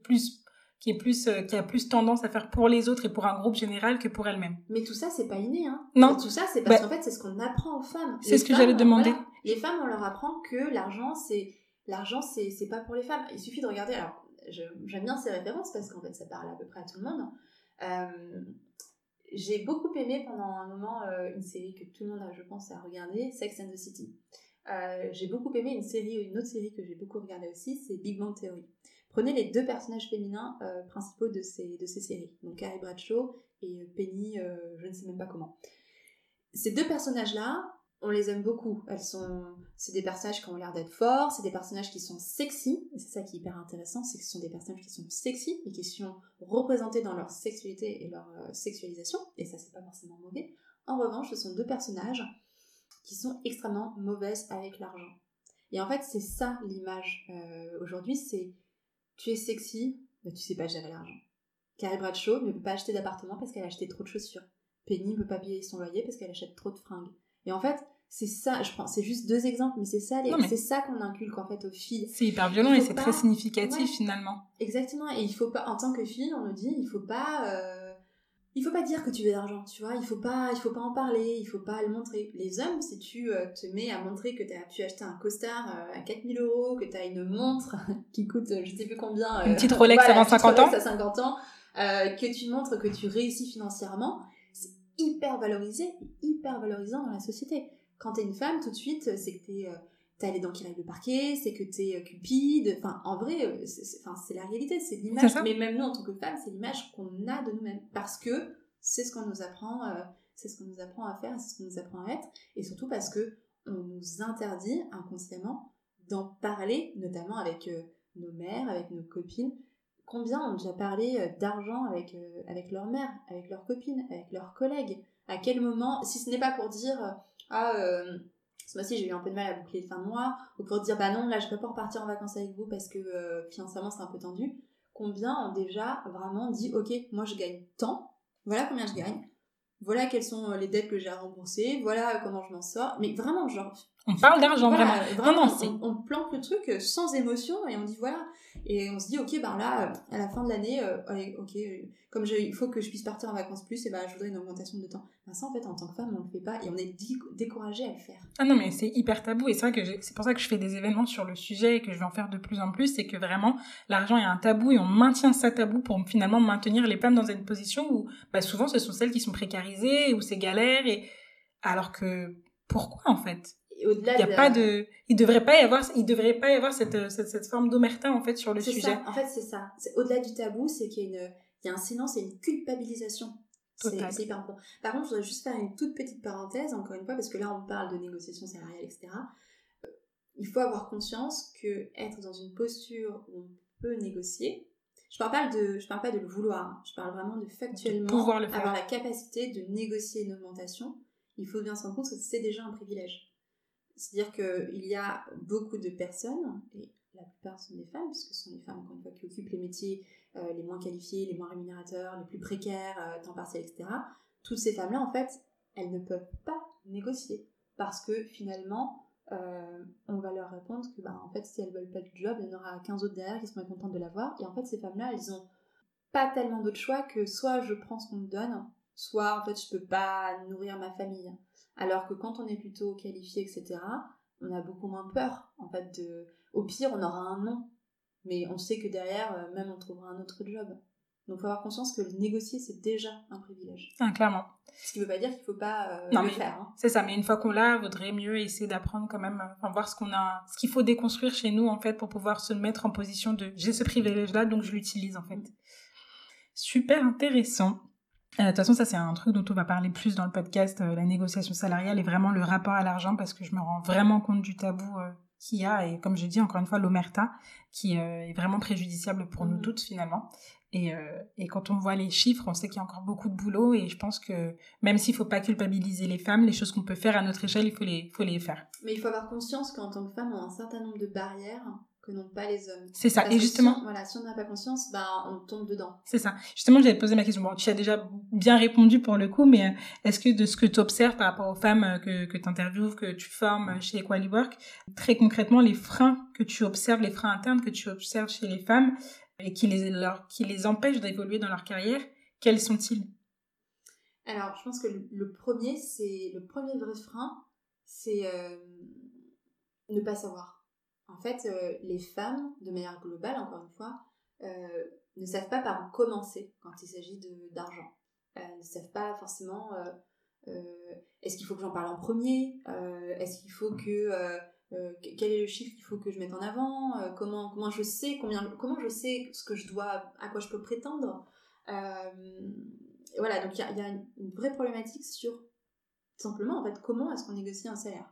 a plus tendance à faire pour les autres et pour un groupe général que pour elle-même. Mais tout ça c'est pas inné, hein. Non. Tout ça c'est parce qu'en fait c'est ce qu'on apprend aux femmes. C'est ce que j'allais demander. Voilà, les femmes on leur apprend que l'argent c'est pas pour les femmes. Il suffit de regarder, alors j'aime bien ces références parce qu'en fait ça parle à peu près à tout le monde. J'ai beaucoup aimé pendant un moment une série que tout le monde a, je pense, à regarder, Sex and the City. J'ai beaucoup aimé une autre série que j'ai beaucoup regardée aussi, c'est Big Bang Theory. Prenez les deux personnages féminins principaux de ces séries, donc Carrie Bradshaw et Penny, je ne sais même pas comment. Ces deux personnages-là, on les aime beaucoup. C'est des personnages qui ont l'air d'être forts, c'est des personnages qui sont sexy, et c'est ça qui est hyper intéressant, c'est que ce sont des personnages qui sont sexy et qui sont représentés dans leur sexualité et leur sexualisation, et ça c'est pas forcément mauvais. En revanche, ce sont deux personnages qui sont extrêmement mauvaises avec l'argent. Et en fait, c'est ça l'image aujourd'hui, c'est tu es sexy, mais tu sais pas gérer l'argent. Carrie Bradshaw ne peut pas acheter d'appartement parce qu'elle a acheté trop de chaussures. Penny ne peut pas payer son loyer parce qu'elle achète trop de fringues. Et en fait, c'est ça, c'est juste deux exemples, mais c'est ça qu'on inculque en fait aux filles. C'est hyper violent et c'est très significatif finalement. Exactement, et il faut pas, en tant que fille, on nous dit, il faut pas dire que tu veux de l'argent, tu vois, il faut pas en parler, il faut pas le montrer. Les hommes, si tu te mets à montrer que tu as pu acheter un costard à 4 000 €, que tu as une montre qui coute je sais plus combien... une petite Rolex avant 50 ans. À 50 ans, que tu montres que tu réussis financièrement, c'est hyper valorisé, hyper valorisant dans la société. Quand t'es une femme, tout de suite, c'est que t'as les dents qui règlent le parquet, c'est que t'es cupide, enfin, en vrai, c'est la réalité, c'est l'image, mais même nous, en tant que femmes, c'est l'image qu'on a de nous-mêmes, parce que c'est ce qu'on nous apprend, c'est ce qu'on nous apprend à faire, c'est ce qu'on nous apprend à être, et surtout parce que on nous interdit inconsciemment d'en parler, notamment avec nos mères, avec nos copines. Combien ont déjà parlé d'argent avec leur mère, avec leurs copines, avec leurs collègues? À quel moment, si ce n'est pas pour dire ce mois-ci j'ai eu un peu de mal à boucler le fin de mois, ou pour dire bah non, là je peux pas repartir en vacances avec vous parce que financièrement c'est un peu tendu. Combien ont déjà vraiment dit ok, moi je gagne tant, voilà combien je gagne, voilà quelles sont les dettes que j'ai à rembourser, voilà comment je m'en sors, mais vraiment genre On parle d'argent, voilà, vraiment. Non, on plante le truc sans émotion et on dit voilà. Et on se dit, ok, ben là, à la fin de l'année, allez, ok, comme il faut que je puisse partir en vacances plus, et ben je voudrais une augmentation de temps. Ben ça, en fait, en tant que femme, on le fait pas et on est découragé à le faire. Ah non, mais c'est hyper tabou et c'est vrai que c'est pour ça que je fais des événements sur le sujet et que je vais en faire de plus en plus, c'est que vraiment, l'argent est un tabou et on maintient ça tabou pour finalement maintenir les femmes dans une position où, bah, souvent, ce sont celles qui sont précarisées, où c'est galère et, alors que, pourquoi, en fait? Au-delà il y a pas de il devrait pas y avoir cette forme d'omerta en fait sur le sujet. Ça. En fait c'est ça, au-delà du tabou, c'est qu'il y a un silence et une culpabilisation. C'est hyper important. Par contre, je voudrais juste faire une toute petite parenthèse encore une fois, parce que là on parle de négociation salariale, etc. Il faut avoir conscience que être dans une posture où on peut négocier, je parle pas de le vouloir, je parle vraiment de factuellement avoir la capacité de négocier une augmentation. Il faut bien se rendre compte que c'est déjà un privilège. C'est-à-dire qu'il y a beaucoup de personnes, et la plupart sont des femmes, puisque ce sont les femmes, encore une fois, qui occupent les métiers les moins qualifiés, les moins rémunérateurs, les plus précaires, temps partiel, etc. Toutes ces femmes-là, en fait, elles ne peuvent pas négocier. Parce que finalement, on va leur répondre que, en fait, si elles veulent pas du job, il y en aura 15 autres derrière qui seront contentes de l'avoir. Et en fait, ces femmes-là, elles ont pas tellement d'autre choix que soit je prends ce qu'on me donne, soit en fait je peux pas nourrir ma famille. Alors que quand on est plutôt qualifié, etc., on a beaucoup moins peur. En fait, au pire, on aura un non. Mais on sait que derrière, même on trouvera un autre job. Donc il faut avoir conscience que le négocier, c'est déjà un privilège. Ah, clairement. Ce qui ne veut pas dire qu'il ne faut pas le faire. Hein. C'est ça, mais une fois qu'on l'a, il vaudrait mieux essayer d'apprendre quand même, voir ce qu'il faut déconstruire chez nous, en fait, pour pouvoir se mettre en position de j'ai ce privilège-là, donc je l'utilise, en fait. Super intéressant. De toute façon, ça, c'est un truc dont on va parler plus dans le podcast, la négociation salariale et vraiment le rapport à l'argent, parce que je me rends vraiment compte du tabou qu'il y a, et comme je dis, encore une fois, l'omerta, qui est vraiment préjudiciable pour nous toutes, finalement. Et quand on voit les chiffres, on sait qu'il y a encore beaucoup de boulot, et je pense que même s'il ne faut pas culpabiliser les femmes, les choses qu'on peut faire à notre échelle, il faut les faire. Mais il faut avoir conscience qu'en tant que femme, on a un certain nombre de barrières que n'ont pas les hommes. C'est ça, parce et justement... Si on n'a pas conscience, on tombe dedans. C'est ça. Justement, j'avais posé ma question. Bon, tu as déjà bien répondu pour le coup, mais est-ce que de ce que tu observes par rapport aux femmes que tu interviews, que tu formes chez Equaliwork, très concrètement, les freins que tu observes, les freins internes que tu observes chez les femmes et qui les empêchent d'évoluer dans leur carrière, quels sont-ils ? Alors, je pense que le premier vrai frein, c'est ne pas savoir. En fait, les femmes, de manière globale, encore une fois, ne savent pas par où commencer quand il s'agit d'argent. Elles ne savent pas forcément est-ce qu'il faut que j'en parle en premier, est-ce qu'il faut que quel est le chiffre qu'il faut que je mette en avant, comment je sais ce que je dois, à quoi je peux prétendre. Voilà, donc il y a une vraie problématique sur tout simplement en fait comment est-ce qu'on négocie un salaire.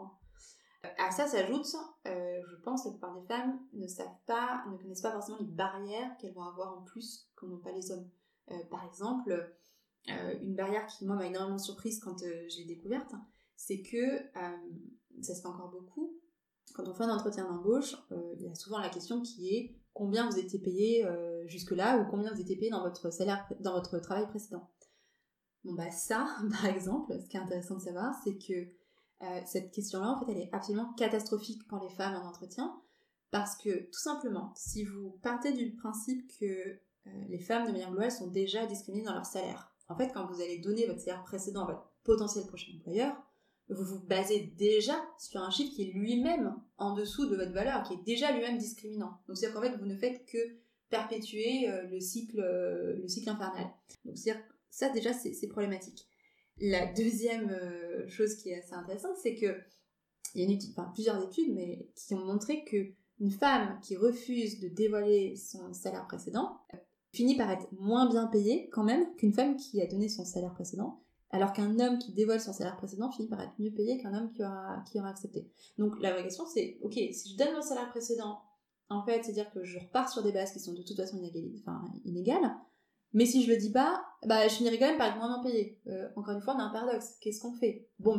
À ça s'ajoute, je pense que la plupart des femmes ne connaissent pas forcément les barrières qu'elles vont avoir en plus que n'ont pas les hommes. Par exemple, une barrière qui moi m'a énormément surprise quand je l'ai découverte, c'est que ça se fait encore beaucoup. Quand on fait un entretien d'embauche, il y a souvent la question qui est combien vous étiez payé jusque-là ou combien vous étiez payé dans votre salaire, dans votre travail précédent. Bon ça, par exemple, ce qui est intéressant de savoir, c'est que cette question-là, en fait, elle est absolument catastrophique pour les femmes en entretien parce que, tout simplement, si vous partez du principe que les femmes, de manière globale, sont déjà discriminées dans leur salaire, en fait, quand vous allez donner votre salaire précédent à votre potentiel prochain employeur, vous vous basez déjà sur un chiffre qui est lui-même en dessous de votre valeur, qui est déjà lui-même discriminant. Donc, c'est-à-dire qu'en fait, vous ne faites que perpétuer le cycle infernal. Donc, c'est-à-dire ça, déjà, c'est problématique. La deuxième chose qui est assez intéressante, c'est que il y a plusieurs études, mais qui ont montré qu'une femme qui refuse de dévoiler son salaire précédent finit par être moins bien payée quand même qu'une femme qui a donné son salaire précédent, alors qu'un homme qui dévoile son salaire précédent finit par être mieux payé qu'un homme qui aura accepté. Donc la vraie question c'est, ok, si je donne mon salaire précédent, en fait, c'est-à-dire que je repars sur des bases qui sont de toute façon inégales, mais si je le dis pas, je finirai quand même par être moins bien payée. Encore une fois, on a un paradoxe. Qu'est-ce qu'on fait ? Bon,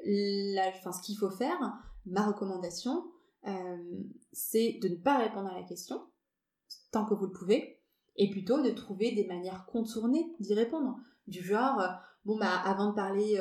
ce qu'il faut faire, ma recommandation, c'est de ne pas répondre à la question, tant que vous le pouvez, et plutôt de trouver des manières contournées d'y répondre. Du genre, bon bah avant de parler,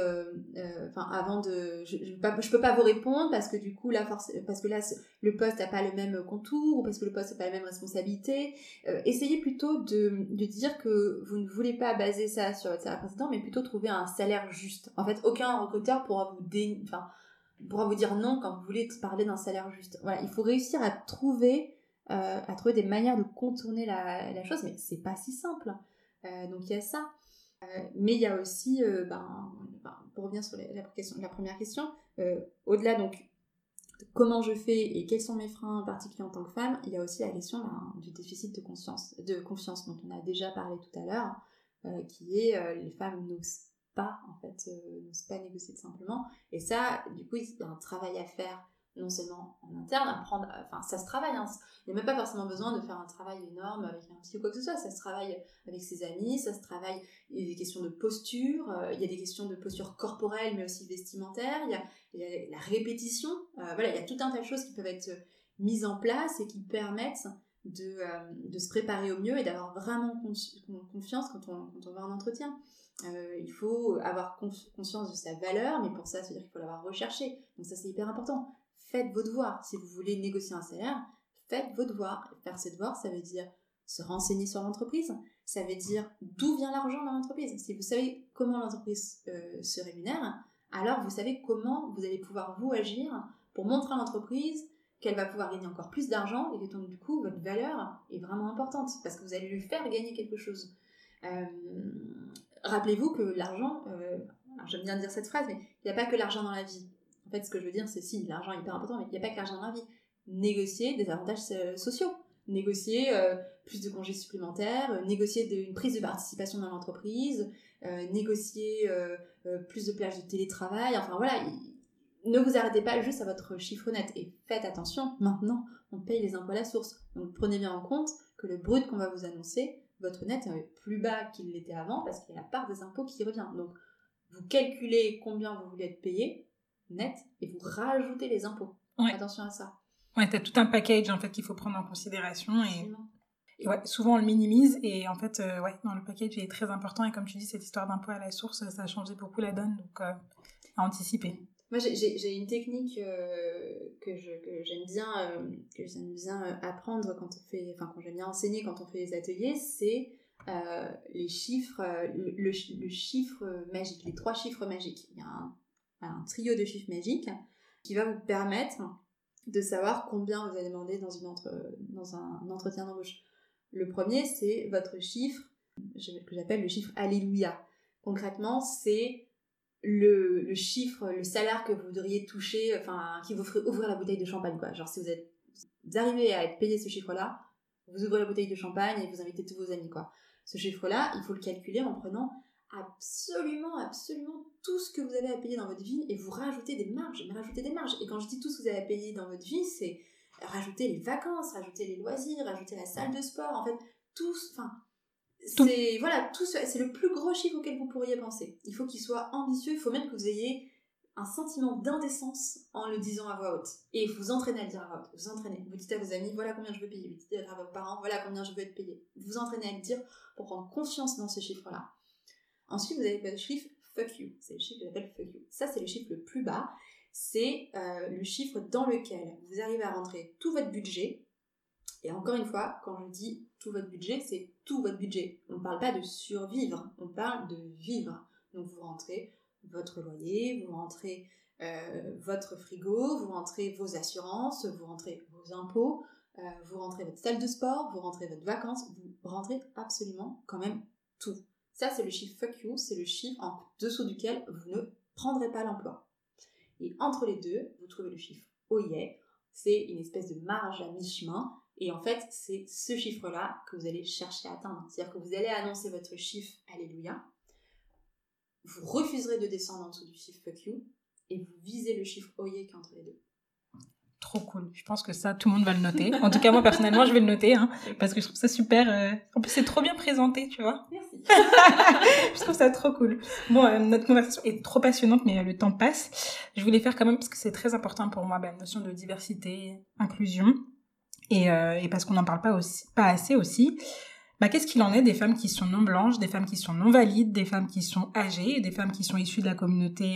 je peux pas vous répondre parce que du coup là parce que là le poste n'a pas le même contour ou parce que le poste n'a pas la même responsabilité. Essayez plutôt de dire que vous ne voulez pas baser ça sur votre salaire précédent, mais plutôt trouver un salaire juste. En fait, aucun recruteur pourra vous dire non quand vous voulez parler d'un salaire juste. Voilà, il faut réussir à trouver des manières de contourner la chose, mais c'est pas si simple. Donc il y a ça. Mais il y a aussi, pour revenir sur la première question, au-delà donc de comment je fais et quels sont mes freins particuliers en tant que femme, il y a aussi la question du déficit de confiance dont on a déjà parlé tout à l'heure, qui est les femmes n'osent pas négocier tout simplement. Et ça, du coup, il y a un travail à faire, non seulement en interne, ça se travaille, hein. Il n'y a même pas forcément besoin de faire un travail énorme avec un psy ou quoi que ce soit, ça se travaille avec ses amis, ça se travaille, il y a des questions de posture, il y a des questions de posture corporelle mais aussi vestimentaire, il y a la répétition, il y a tout un tas de choses qui peuvent être mises en place et qui permettent de se préparer au mieux et d'avoir vraiment confiance quand on va en entretien. Il faut avoir conscience de sa valeur, mais pour ça, ça veut dire qu'il faut l'avoir recherché. Donc ça, c'est hyper important. Faites vos devoirs. Si vous voulez négocier un salaire, faites vos devoirs. Faire ses devoirs, ça veut dire se renseigner sur l'entreprise. Ça veut dire d'où vient l'argent dans l'entreprise. Si vous savez comment l'entreprise se rémunère, alors vous savez comment vous allez pouvoir vous agir pour montrer à l'entreprise qu'elle va pouvoir gagner encore plus d'argent et que donc du coup, votre valeur est vraiment importante parce que vous allez lui faire gagner quelque chose. Rappelez-vous que l'argent, alors j'aime bien dire cette phrase, mais il n'y a pas que l'argent dans la vie. En fait, ce que je veux dire, c'est si, l'argent est hyper important, mais il n'y a pas que l'argent dans la vie. Négocier des avantages sociaux, négocier plus de congés supplémentaires, négocier une prise de participation dans l'entreprise, négocier plus de plages de télétravail, enfin voilà, ne vous arrêtez pas juste à votre chiffre net et faites attention, maintenant on paye les impôts à la source, donc prenez bien en compte que le brut qu'on va vous annoncer, votre net est plus bas qu'il l'était avant parce qu'il y a la part des impôts qui revient. Donc, vous calculez combien vous voulez être payé net et vous rajoutez les impôts. Ouais. Attention à ça. Ouais, t'as tout un package en fait qu'il faut prendre en considération et ouais, souvent on le minimise et en fait, dans le package il est très important et comme tu dis, cette histoire d'impôt à la source, ça a changé beaucoup la donne, donc à anticiper. Moi, j'ai une technique que j'aime bien apprendre quand j'aime bien enseigner quand on fait les ateliers, c'est les chiffres, le chiffre magique, les 3 chiffres magiques. Il y a un trio de chiffres magiques qui va vous permettre de savoir combien vous allez demander dans un entretien d'embauche. Le premier, c'est votre chiffre, que j'appelle le chiffre Alléluia. Concrètement, c'est le chiffre, le salaire que vous voudriez toucher, qui vous ferait ouvrir la bouteille de champagne, quoi. Genre, si vous arrivez à être payé ce chiffre-là, vous ouvrez la bouteille de champagne et vous invitez tous vos amis, quoi. Ce chiffre-là, il faut le calculer en prenant absolument tout ce que vous avez à payer dans votre vie et vous rajoutez des marges. Et quand je dis tout ce que vous avez à payer dans votre vie, c'est rajouter les vacances, rajouter les loisirs, rajouter la salle de sport, en fait, c'est le plus gros chiffre auquel vous pourriez penser. Il faut qu'il soit ambitieux, il faut même que vous ayez un sentiment d'indécence en le disant à voix haute. Et vous entraînez à le dire à voix haute. Vous dites à vos amis, voilà combien je veux payer. Vous dites à vos parents, voilà combien je veux être payé. Vous entraînez à le dire pour prendre confiance dans ce chiffre-là. Ensuite, vous avez le chiffre fuck you. C'est le chiffre que j'appelle fuck you. Ça, c'est le chiffre le plus bas. C'est le chiffre dans lequel vous arrivez à rentrer tout votre budget. Et encore une fois, quand je dis tout votre budget, c'est tout votre budget. On ne parle pas de survivre, on parle de vivre. Donc vous rentrez votre loyer, vous rentrez votre frigo, vous rentrez vos assurances, vous rentrez vos impôts, vous rentrez votre salle de sport, vous rentrez votre vacances, vous rentrez absolument quand même tout. Ça, c'est le chiffre fuck you, c'est le chiffre en dessous duquel vous ne prendrez pas l'emploi. Et entre les deux, vous trouvez le chiffre oh yeah, c'est une espèce de marge à mi-chemin. Et en fait, c'est ce chiffre-là que vous allez chercher à atteindre. C'est-à-dire que vous allez annoncer votre chiffre Alléluia, vous refuserez de descendre en dessous du chiffre fuck you, et vous visez le chiffre oh yeah qui est entre les deux. Trop cool. Je pense que ça, tout le monde va le noter. En tout cas, moi, personnellement, je vais le noter, parce que je trouve ça super. En plus, c'est trop bien présenté, tu vois. Merci. Je trouve ça trop cool. Bon, notre conversation est trop passionnante, mais le temps passe. Je voulais faire quand même, parce que c'est très important pour moi, la notion de diversité, inclusion, et parce qu'on n'en parle pas assez aussi. qu'est-ce qu'il en est des femmes qui sont non blanches, des femmes qui sont non valides, des femmes qui sont âgées, et des femmes qui sont issues de la communauté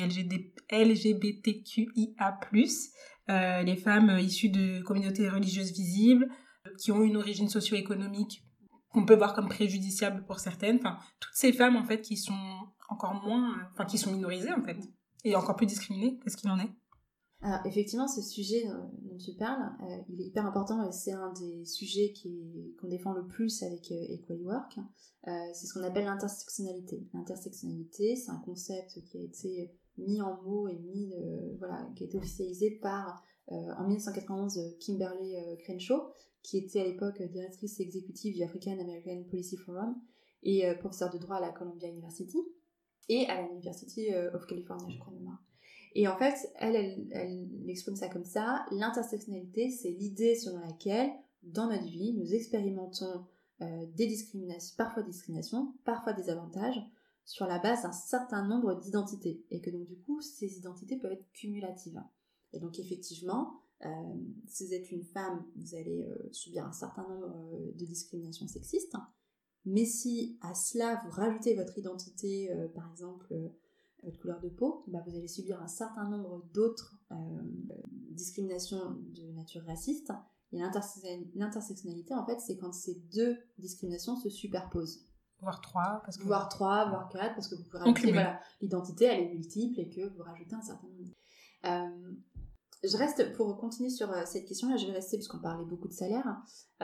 LGBTQIA+, les femmes issues de communautés religieuses visibles, qui ont une origine socio-économique qu'on peut voir comme préjudiciable pour certaines. Enfin, toutes ces femmes, en fait, qui sont encore moins... Enfin, qui sont minorisées, en fait, et encore plus discriminées. Qu'est-ce qu'il en est ? Alors, effectivement, ce sujet dont tu parles, il est hyper important et c'est un des sujets qu'on défend le plus avec Equally Work. C'est ce qu'on appelle l'intersectionnalité. L'intersectionnalité, c'est un concept qui a été mis en mots et qui a été officialisé par, en 1991, Kimberly Crenshaw, qui était à l'époque directrice exécutive du African American Policy Forum et professeure de droit à la Columbia University et à la University of California, je crois de mémoire. Et en fait, elle exprime ça comme ça. L'intersectionnalité, c'est l'idée selon laquelle, dans notre vie, nous expérimentons des discriminations, parfois des avantages, sur la base d'un certain nombre d'identités. Et que donc, du coup, ces identités peuvent être cumulatives. Et donc, effectivement, si vous êtes une femme, vous allez subir un certain nombre de discriminations sexistes. Mais si, à cela, vous rajoutez votre identité, par exemple... votre couleur de peau, vous allez subir un certain nombre d'autres discriminations de nature raciste. Et l'intersectionnalité, en fait, c'est quand ces deux discriminations se superposent. Voire trois, voire quatre, parce que vous pouvez rajouter, l'identité, elle est multiple et que vous rajoutez un certain nombre. Je reste, pour continuer sur cette question-là, je vais rester, puisqu'on parlait beaucoup de salaire.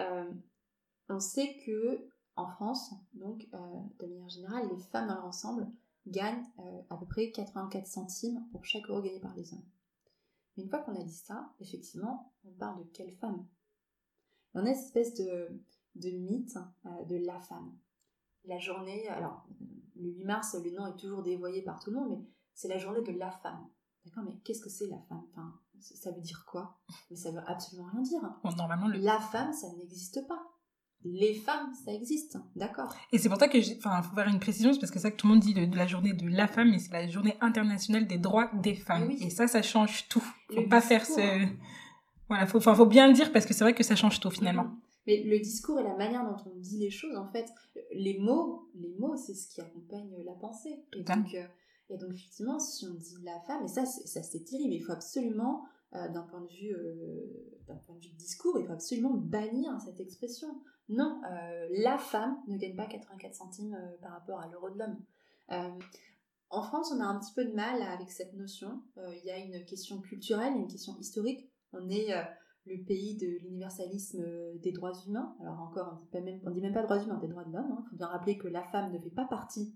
On sait que en France, donc, de manière générale, les femmes dans leur ensemble gagnent à peu près 84 centimes pour chaque euro gagné par les hommes. Mais une fois qu'on a dit ça, effectivement, on parle de quelle femme ? On a cette espèce de mythe de la femme. La journée, alors le 8 mars, le nom est toujours dévoyé par tout le monde, mais c'est la journée de la femme. D'accord, mais qu'est-ce que c'est la femme ? Enfin, ça veut dire quoi ? Mais ça veut absolument rien dire. Bon, normalement, la femme, ça n'existe pas. Les femmes, ça existe, d'accord. Et c'est pour ça que faut faire une précision, parce que c'est ça que tout le monde dit de la journée de la femme, mais c'est la journée internationale des droits des femmes. Oui. Et ça change tout. Faut pas faire ce... Voilà, faut bien le dire, parce que c'est vrai que ça change tout, finalement. Mais le discours et la manière dont on dit les choses, en fait, les mots, c'est ce qui accompagne la pensée. Et donc, effectivement, si on dit la femme, et ça c'est terrible, il faut absolument, d'un point de vue discours, il faut absolument bannir cette expression. Non, la femme ne gagne pas 84 centimes par rapport à l'euro de l'homme. En France, on a un petit peu de mal avec cette notion. Il y a une question culturelle, une question historique. On est le pays de l'universalisme des droits humains. Alors encore, on dit même pas droits humains, des droits de l'homme. Il faut bien rappeler que la femme ne fait pas partie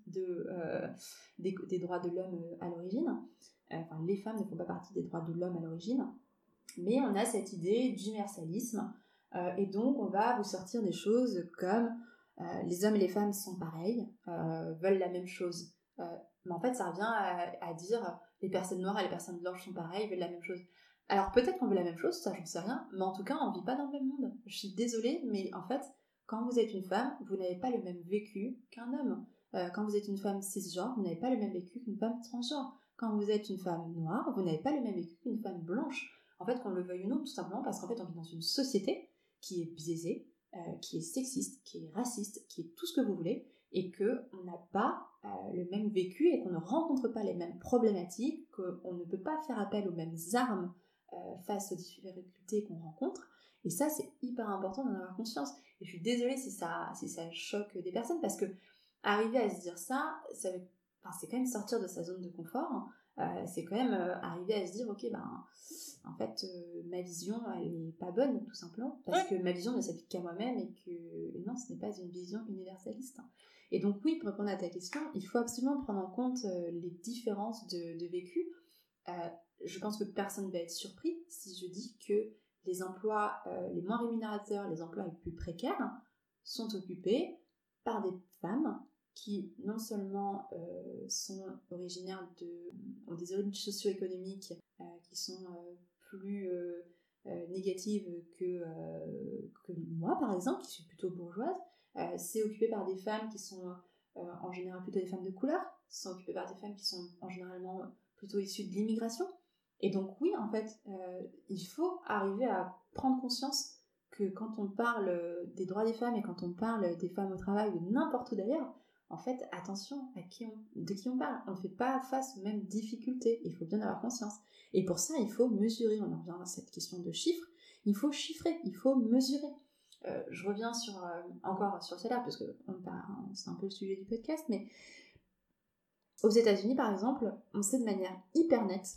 des droits de l'homme à l'origine. Les femmes ne font pas partie des droits de l'homme à l'origine. Mais on a cette idée d'universalisme. Et donc, on va vous sortir des choses comme les hommes et les femmes sont pareils, veulent la même chose. Mais en fait, ça revient à dire les personnes noires et les personnes blanches sont pareilles, veulent la même chose. Alors, peut-être qu'on veut la même chose, ça, j'en sais rien, mais en tout cas, on ne vit pas dans le même monde. Je suis désolée, mais en fait, quand vous êtes une femme, vous n'avez pas le même vécu qu'un homme. Quand vous êtes une femme cisgenre, vous n'avez pas le même vécu qu'une femme transgenre. Quand vous êtes une femme noire, vous n'avez pas le même vécu qu'une femme blanche. En fait, qu'on le veuille ou non, tout simplement parce qu'en fait, on vit dans une société qui est biaisée, qui est sexiste, qui est raciste, qui est tout ce que vous voulez, et qu'on n'a pas le même vécu et qu'on ne rencontre pas les mêmes problématiques, qu'on ne peut pas faire appel aux mêmes armes face aux difficultés qu'on rencontre. Et ça, c'est hyper important d'en avoir conscience. Et je suis désolée si ça choque des personnes, parce que arriver à se dire ça, c'est quand même sortir de sa zone de confort. C'est quand même arriver à se dire, ok, en fait, ma vision, elle n'est pas bonne, tout simplement, parce que ma vision ne s'applique qu'à moi-même et que non, ce n'est pas une vision universaliste. Et donc oui, pour répondre à ta question, il faut absolument prendre en compte les différences de vécu. Je pense que personne ne va être surpris si je dis que les emplois les moins rémunérateurs, les emplois les plus précaires, sont occupés par des femmes qui non seulement sont originaires ont des origines socio-économiques qui sont plus négatives que moi, par exemple, qui suis plutôt bourgeoise. C'est occupé par des femmes qui sont en général plutôt des femmes de couleur, sont occupées par des femmes qui sont en généralement plutôt issues de l'immigration. Et donc oui, en fait, il faut arriver à prendre conscience que quand on parle des droits des femmes et quand on parle des femmes au travail ou n'importe où d'ailleurs, en fait, attention de qui on parle. On ne fait pas face aux mêmes difficultés. Il faut bien avoir conscience. Et pour ça, il faut mesurer. On en revient à cette question de chiffres. Il faut chiffrer, il faut mesurer. Je reviens encore sur cela, parce que c'est un peu le sujet du podcast, mais aux États-Unis, par exemple, on sait de manière hyper nette,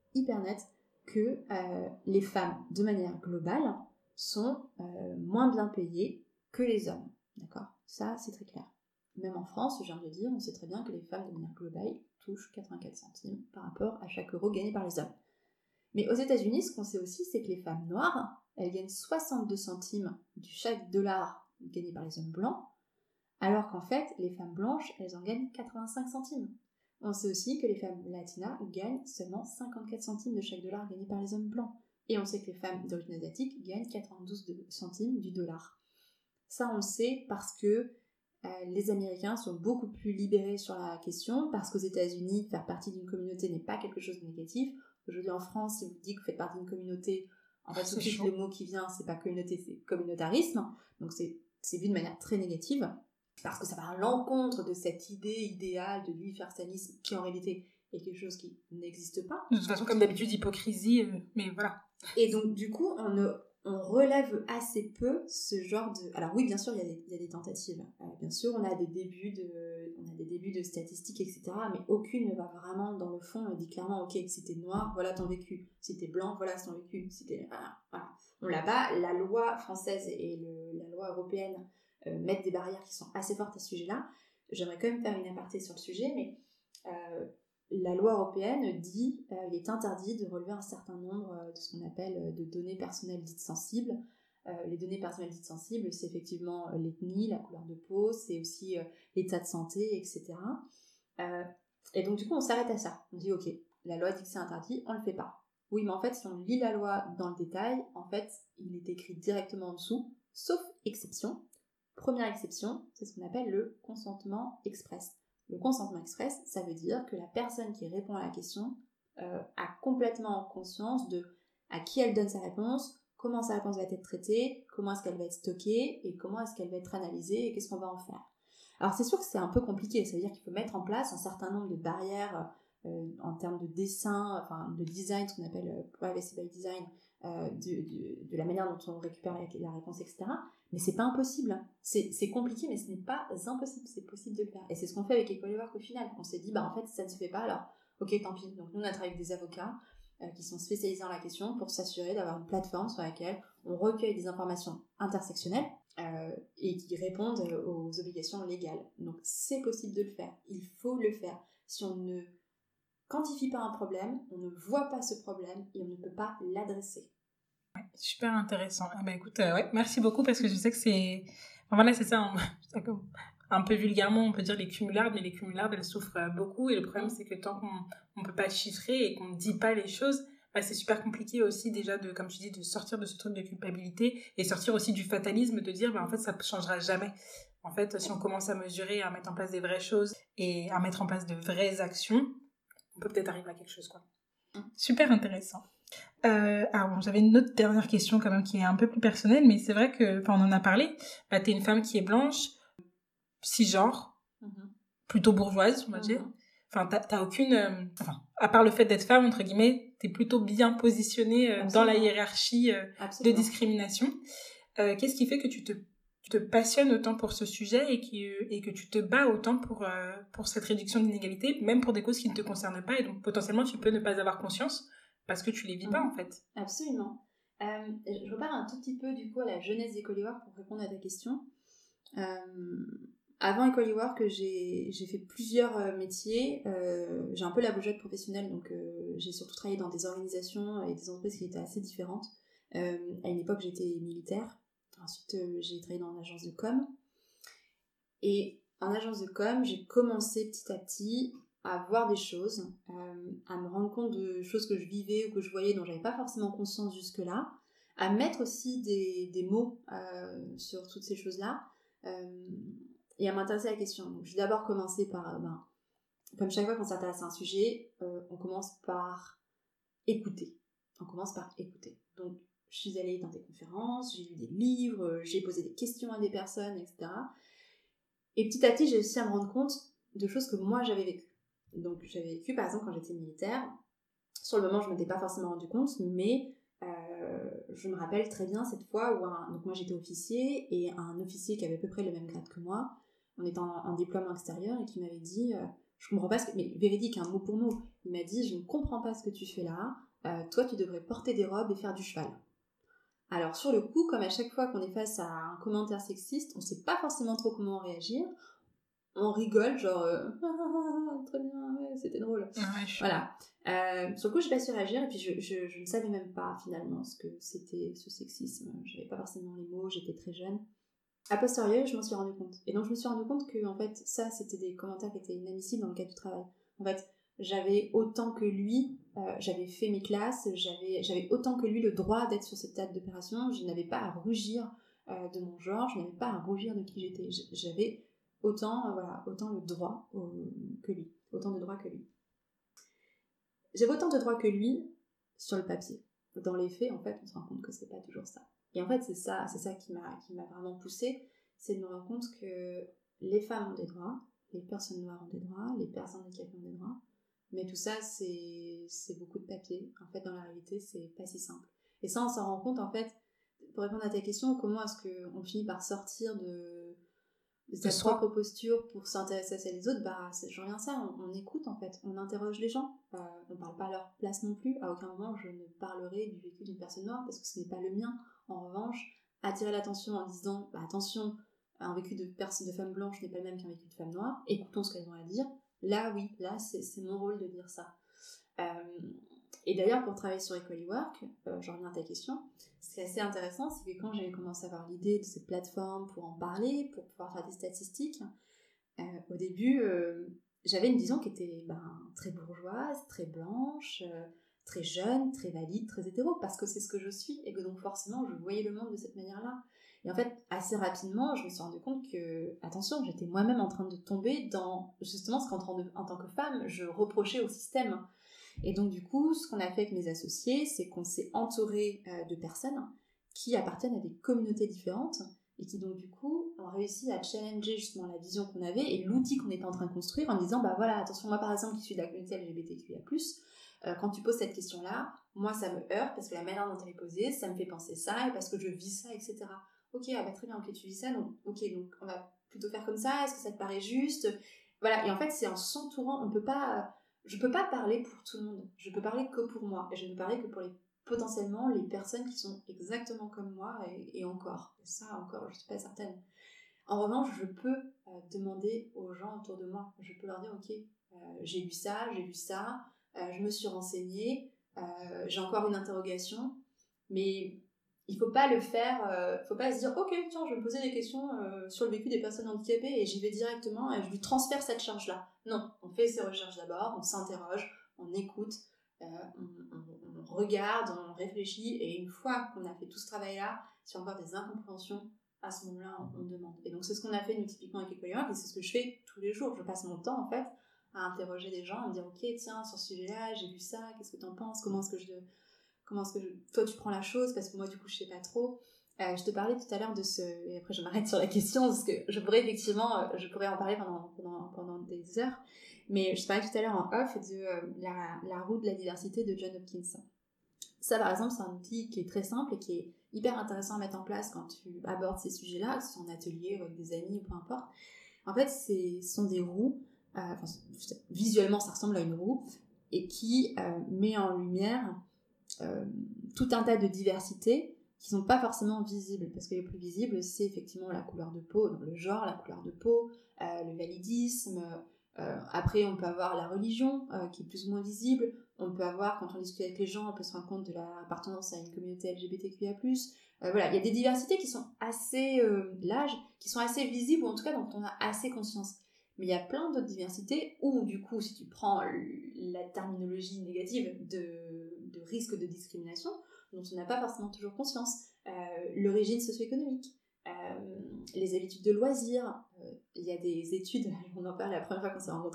que les femmes, de manière globale, sont moins bien payées que les hommes. D'accord ? Ça, c'est très clair. Même en France, je viens de le dire, on sait très bien que les femmes, de manière globale, touchent 84 centimes par rapport à chaque euro gagné par les hommes. Mais aux États-Unis, ce qu'on sait aussi, c'est que les femmes noires, elles gagnent 62 centimes du chaque dollar gagné par les hommes blancs, alors qu'en fait, les femmes blanches, elles en gagnent 85 centimes. On sait aussi que les femmes latinas gagnent seulement 54 centimes de chaque dollar gagné par les hommes blancs. Et on sait que les femmes d'origine asiatique gagnent 92 centimes du dollar. Ça, on le sait parce que les Américains sont beaucoup plus libérés sur la question, parce qu'aux États-Unis, faire partie d'une communauté n'est pas quelque chose de négatif. Aujourd'hui en France, si vous dites que vous faites partie d'une communauté, en fait, tout de suite, le mot qui vient, c'est pas communauté, c'est communautarisme. Donc c'est vu de manière très négative, parce que ça va à l'encontre de cette idée idéale de l'universalisme qui en réalité est quelque chose qui n'existe pas. De toute façon, comme d'habitude, hypocrisie, mais voilà. Et donc, du coup, on relève assez peu ce genre de... Alors oui, bien sûr, il y a des tentatives. Bien sûr, on a des débuts de statistiques, etc. Mais aucune ne va vraiment dans le fond et dit clairement, ok, si t'es noir, voilà ton vécu. Si t'es blanc, voilà ton vécu. Si t'es... Voilà. On l'a pas. La loi française et la loi européenne mettent des barrières qui sont assez fortes à ce sujet-là. J'aimerais quand même faire une aparté sur le sujet, mais... la loi européenne dit qu'il est interdit de relever un certain nombre de ce qu'on appelle de données personnelles dites sensibles. Les données personnelles dites sensibles, c'est effectivement l'ethnie, la couleur de peau, c'est aussi l'état de santé, etc. Et donc du coup, on s'arrête à ça. On dit, ok, la loi dit que c'est interdit, on ne le fait pas. Oui, mais en fait, si on lit la loi dans le détail, en fait, il est écrit directement en dessous, sauf exception. Première exception, c'est ce qu'on appelle le consentement express. Le consentement express, ça veut dire que la personne qui répond à la question a complètement conscience de à qui elle donne sa réponse, comment sa réponse va être traitée, comment est-ce qu'elle va être stockée et comment est-ce qu'elle va être analysée et qu'est-ce qu'on va en faire. Alors c'est sûr que c'est un peu compliqué, ça veut dire qu'il faut mettre en place un certain nombre de barrières en termes de dessin, enfin de design, ce qu'on appelle privacy by design, de la manière dont on récupère la réponse, etc. Mais c'est pas impossible. Hein. C'est compliqué, mais ce n'est pas impossible. C'est possible de le faire. Et c'est ce qu'on fait avec EqualWork au final. On s'est dit, en fait, ça ne se fait pas, alors ok, tant pis. Donc nous, on a travaillé avec des avocats qui sont spécialisés dans la question pour s'assurer d'avoir une plateforme sur laquelle on recueille des informations intersectionnelles et qui répondent aux obligations légales. Donc c'est possible de le faire. Il faut le faire. Si on ne quantifie pas un problème, on ne voit pas ce problème et on ne peut pas l'adresser. Ouais, super intéressant. Ah bah écoute, ouais, merci beaucoup parce que je sais que c'est... Enfin, voilà, c'est ça, un peu vulgairement, on peut dire les cumulards, mais les cumulards, elles souffrent beaucoup et le problème, c'est que tant qu'on ne peut pas chiffrer et qu'on ne dit pas les choses, bah, c'est super compliqué aussi déjà, comme tu dis, de sortir de ce truc de culpabilité et sortir aussi du fatalisme, de dire, bah, en fait, ça ne changera jamais. En fait, si on commence à mesurer, à mettre en place des vraies choses et à mettre en place de vraies actions, on peut peut-être arriver à quelque chose, quoi. Super intéressant. Alors bon, j'avais une autre dernière question quand même qui est un peu plus personnelle, mais c'est vrai que, on en a parlé, bah, t'es une femme qui est blanche, cisgenre, plutôt bourgeoise, on va dire. Enfin, t'as aucune... à part le fait d'être femme, entre guillemets, t'es plutôt bien positionnée dans la hiérarchie de discrimination. Qu'est-ce qui fait que tu te passionnes autant pour ce sujet et que tu te bats autant pour cette réduction d'inégalités, même pour des causes qui ne te concernent pas, et donc potentiellement tu peux ne pas avoir conscience parce que tu les vis pas en fait. Absolument. Je repars un tout petit peu du coup à la jeunesse d'EqualWork pour répondre à ta question. Avant EqualWork, j'ai fait plusieurs métiers. J'ai un peu la bougeotte professionnelle, donc j'ai surtout travaillé dans des organisations et des entreprises qui étaient assez différentes. À une époque, j'étais militaire. Ensuite, j'ai travaillé dans l'agence de com. Et en agence de com, j'ai commencé petit à petit à voir des choses, à me rendre compte de choses que je vivais ou que je voyais dont j'avais pas forcément conscience jusque-là, à mettre aussi des mots sur toutes ces choses-là et à m'intéresser à la question. Donc, j'ai d'abord commencé par, comme chaque fois qu'on s'intéresse à un sujet, on commence par écouter. Donc, je suis allée dans des conférences, j'ai lu des livres, j'ai posé des questions à des personnes, etc. Et petit à petit, j'ai réussi à me rendre compte de choses que moi, j'avais vécues. Donc, j'avais vécu, par exemple, quand j'étais militaire. Sur le moment, je ne m'étais pas forcément rendu compte, mais je me rappelle très bien cette fois où donc moi, j'étais officier, et un officier qui avait à peu près le même grade que moi, on était en déploiement extérieur, et qui m'avait dit, je comprends pas mais véridique, un mot pour mot, il m'a dit, je ne comprends pas ce que tu fais là, toi, tu devrais porter des robes et faire du cheval. Alors sur le coup, comme à chaque fois qu'on est face à un commentaire sexiste, on sait pas forcément trop comment réagir. On rigole, genre très bien, ouais, c'était drôle. Ouais, Voilà. Sur le coup, j'ai pas su réagir, et puis je ne savais même pas finalement ce que c'était ce sexisme. J'avais pas forcément les mots, j'étais très jeune. A posteriori, je m'en suis rendu compte. Et donc je me suis rendu compte que en fait, ça, c'était des commentaires qui étaient inadmissibles dans le cadre du travail. En fait, j'avais autant que lui, j'avais fait mes classes, j'avais autant que lui le droit d'être sur cette table d'opération. Je n'avais pas à rougir de mon genre, je n'avais pas à rougir de qui j'étais. J'avais autant le droit que lui, autant de droits que lui. J'avais autant de droits que lui sur le papier. Dans les faits, en fait, on se rend compte que c'est pas toujours ça. Et en fait, c'est ça qui m'a vraiment poussée, c'est de me rendre compte que les femmes ont des droits, les personnes noires ont des droits, les personnes handicapées ont des droits, mais tout ça, c'est beaucoup de papier. En fait, dans la réalité, c'est pas si simple. Et ça, on s'en rend compte, en fait, pour répondre à ta question, comment est-ce qu'on finit par sortir de sa propre posture pour s'intéresser à celle des autres, bah c'est genre rien ça, on écoute en fait, on interroge les gens, on parle pas à leur place non plus, à aucun moment je ne parlerai du vécu d'une personne noire parce que ce n'est pas le mien. En revanche, attirer l'attention en disant bah, attention, un vécu de femme blanche n'est pas le même qu'un vécu de femme noire, écoutons ce qu'elles ont à dire, là oui, là c'est mon rôle de dire ça. Et d'ailleurs, pour travailler sur Equally Work, j'en reviens à ta question, ce qui est assez intéressant, c'est que quand j'ai commencé à avoir l'idée de cette plateforme pour en parler, pour pouvoir faire des statistiques, au début, j'avais une vision qui était très bourgeoise, très blanche, très jeune, très valide, très hétéro, parce que c'est ce que je suis, et que donc forcément, je voyais le monde de cette manière-là. Et en fait, assez rapidement, je me suis rendu compte que, attention, j'étais moi-même en train de tomber dans justement ce qu'en tant que femme, je reprochais au système. Et donc du coup, ce qu'on a fait avec mes associés, c'est qu'on s'est entouré de personnes qui appartiennent à des communautés différentes et qui donc du coup ont réussi à challenger justement la vision qu'on avait et l'outil qu'on était en train de construire en disant bah voilà, attention, moi par exemple qui suis de la communauté LGBTQIA+, quand tu poses cette question-là, moi ça me heurte parce que la manière dont elle est posée, ça me fait penser ça et parce que je vis ça, etc. Ok, ah bah très bien, ok, tu vis ça, donc ok, donc on va plutôt faire comme ça, est-ce que ça te paraît juste? Voilà, et en fait c'est en s'entourant, je peux pas parler pour tout le monde, je peux parler que pour moi, et je ne peux parler que pour potentiellement les personnes qui sont exactement comme moi, et encore, et ça encore, je suis pas certaine. En revanche, je peux demander aux gens autour de moi, je peux leur dire, ok, j'ai lu ça, je me suis renseignée, j'ai encore une interrogation, mais il faut pas le faire, faut pas se dire, ok, tiens, je vais me poser des questions sur le vécu des personnes handicapées et j'y vais directement et je lui transfère cette charge-là. Non, on fait ses recherches d'abord, on s'interroge, on écoute, on regarde, on réfléchit, et une fois qu'on a fait tout ce travail-là, s'il y a encore des incompréhensions, à ce moment-là, on demande. Et donc c'est ce qu'on a fait nous typiquement avec Equally Work, et c'est ce que je fais tous les jours. Je passe mon temps en fait à interroger des gens, à me dire ok, tiens, sur ce sujet-là, j'ai vu ça, qu'est-ce que t'en penses, comment est-ce que toi tu prends la chose, parce que moi du coup je sais pas trop. Je te parlais tout à l'heure de et après je m'arrête sur la question parce que je pourrais en parler pendant des heures, mais je te parlais tout à l'heure en off de la roue de la diversité de John Hopkins. Ça par exemple c'est un outil qui est très simple et qui est hyper intéressant à mettre en place quand tu abordes ces sujets-là, que ce soit en atelier ou avec des amis ou peu importe. En fait, ce sont des roues, visuellement ça ressemble à une roue, et qui met en lumière tout un tas de diversités qui sont pas forcément visibles, parce que les plus visibles, c'est effectivement la couleur de peau, donc le genre, la couleur de peau, le validisme. Après, on peut avoir la religion, qui est plus ou moins visible. On peut avoir, quand on discute avec les gens, on peut se rendre compte de l'appartenance à une communauté LGBTQIA+. Voilà, il y a des diversités qui sont assez larges, qui sont assez visibles, ou en tout cas dont on a assez conscience. Mais il y a plein d'autres diversités où, du coup, si tu prends la terminologie négative de risque de discrimination, dont on n'a pas forcément toujours conscience, l'origine socio-économique, les habitudes de loisirs, il y a des études, on en parle la première fois qu'on s'est rencontrés,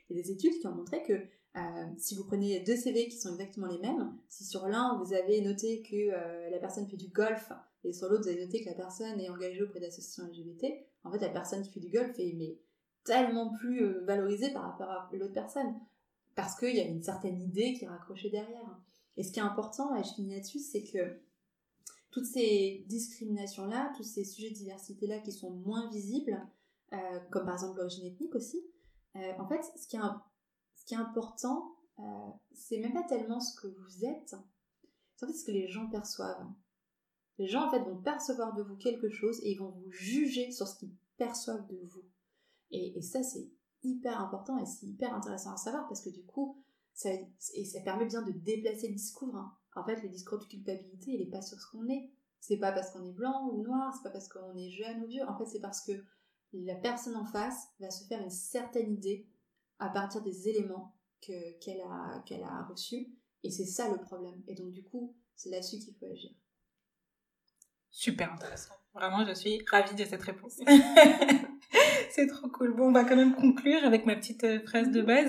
Il y a des études qui ont montré que si vous prenez 2 CV qui sont exactement les mêmes, si sur l'un vous avez noté que la personne fait du golf et sur l'autre vous avez noté que la personne est engagée auprès d'associations LGBT, en fait la personne qui fait du golf est tellement plus valorisée par rapport à l'autre personne, parce qu'il y a une certaine idée qui est raccrochée derrière. Et ce qui est important, et je finis là-dessus, c'est que toutes ces discriminations-là, tous ces sujets de diversité-là qui sont moins visibles, comme par exemple l'origine ethnique aussi, en fait, ce qui est important, c'est même pas tellement ce que vous êtes, c'est en fait ce que les gens perçoivent. Les gens, en fait, vont percevoir de vous quelque chose et ils vont vous juger sur ce qu'ils perçoivent de vous. Et ça, c'est hyper important et c'est hyper intéressant à savoir parce que du coup, ça permet bien de déplacer le discours. En fait, le discours de culpabilité, il n'est pas sur ce qu'on est. C'est pas parce qu'on est blanc ou noir, c'est pas parce qu'on est jeune ou vieux. En fait, c'est parce que la personne en face va se faire une certaine idée à partir des éléments qu'elle a reçus. Et c'est ça le problème. Et donc, du coup, c'est là-dessus qu'il faut agir. Super intéressant. Vraiment, je suis ravie de cette réponse. C'est trop cool. Bon, on va quand même conclure avec ma petite phrase de base.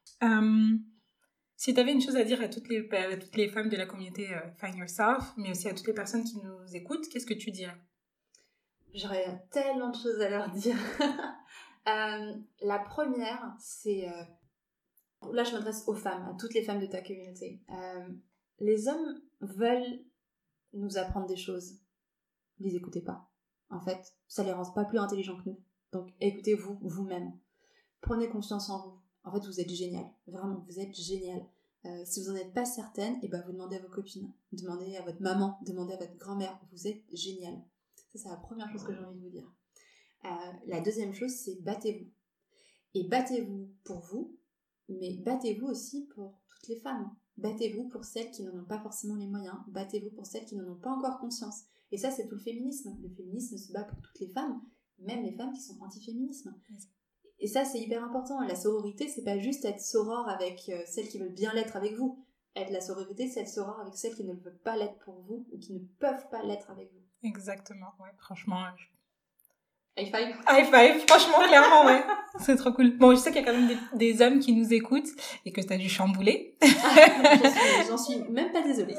Si tu avais une chose à dire à toutes les femmes de la communauté Find Yourself, mais aussi à toutes les personnes qui nous écoutent, qu'est-ce que tu dirais? J'aurais tellement de choses à leur dire. La première, c'est... là, je m'adresse aux femmes, à toutes les femmes de ta communauté. Les hommes veulent nous apprendre des choses. Ne les écoutez pas. En fait, ça les rend pas plus intelligents que nous. Donc, écoutez-vous, vous-même. Prenez confiance en vous. En fait, vous êtes génial. Vraiment, vous êtes génial. Si vous n'en êtes pas certaine, vous demandez à vos copines, demandez à votre maman, demandez à votre grand-mère. Vous êtes génial. Ça, c'est la première chose que j'ai envie de vous dire. La deuxième chose, c'est battez-vous. Et battez-vous pour vous, mais battez-vous aussi pour toutes les femmes. Battez-vous pour celles qui n'en ont pas forcément les moyens. Battez-vous pour celles qui n'en ont pas encore conscience. Et ça, c'est tout le féminisme. Le féminisme se bat pour toutes les femmes, même les femmes qui sont anti-féminisme. Et ça, c'est hyper important. La sororité, c'est pas juste être soror avec celles qui veulent bien l'être avec vous. La sororité, c'est être soror avec celles qui ne veulent pas l'être pour vous ou qui ne peuvent pas l'être avec vous. Exactement, ouais, franchement. High five. High five, franchement, clairement, ouais. C'est trop cool. Bon, je sais qu'il y a quand même des hommes qui nous écoutent et que t'as dû chambouler. J'en suis même pas désolée.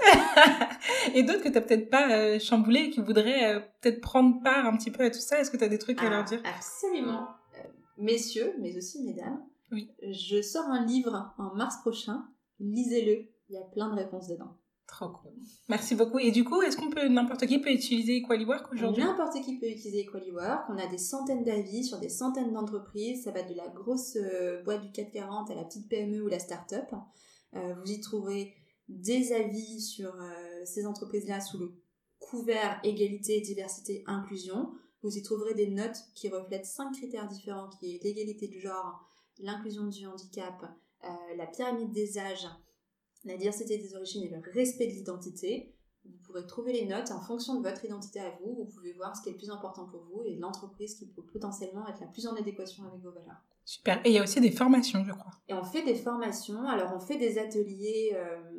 Et d'autres que t'as peut-être pas chamboulé et qui voudraient peut-être prendre part un petit peu à tout ça. Est-ce que t'as des trucs à leur dire? Absolument. Messieurs, mais aussi mesdames. Oui. Je sors un livre en mars prochain. Lisez-le. Il y a plein de réponses dedans. Trop cool. Merci beaucoup. Et du coup, est-ce n'importe qui peut utiliser EqualiWork aujourd'hui? N'importe qui peut utiliser EqualiWork. On a des centaines d'avis sur des centaines d'entreprises. Ça va de la grosse boîte du CAC 40 à la petite PME ou la start-up. Vous y trouverez des avis sur ces entreprises-là sous le couvert égalité, diversité, inclusion. Vous y trouverez des notes qui reflètent 5 critères différents, qui est l'égalité de genre, l'inclusion du handicap, la pyramide des âges, la diversité des origines et le respect de l'identité. Vous pourrez trouver les notes en fonction de votre identité à vous. Vous pouvez voir ce qui est le plus important pour vous et l'entreprise qui peut potentiellement être la plus en adéquation avec vos valeurs. Super. Et il y a aussi des formations, je crois. Et on fait des formations. Alors, on fait des ateliers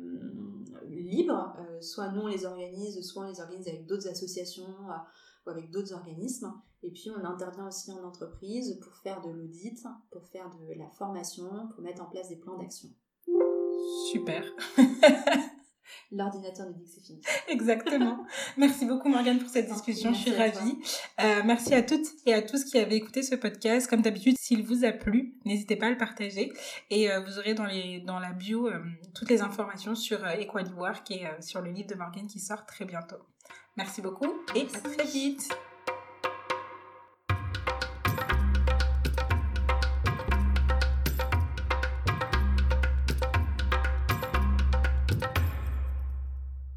libres. Soit nous, on les organise, soit on les organise avec d'autres associations ou avec d'autres organismes. Et puis, on intervient aussi en entreprise pour faire de l'audit, pour faire de la formation, pour mettre en place des plans d'action. Super. L'ordinateur nous dit que c'est fini. Exactement. Merci beaucoup Morgane pour cette discussion, je suis ravie. Merci à toutes et à tous qui avez écouté ce podcast. Comme d'habitude, s'il vous a plu, n'hésitez pas à le partager. Et vous aurez dans la bio toutes les informations sur EqualiWork et sur le livre de Morgane qui sort très bientôt. Merci beaucoup et à très vite.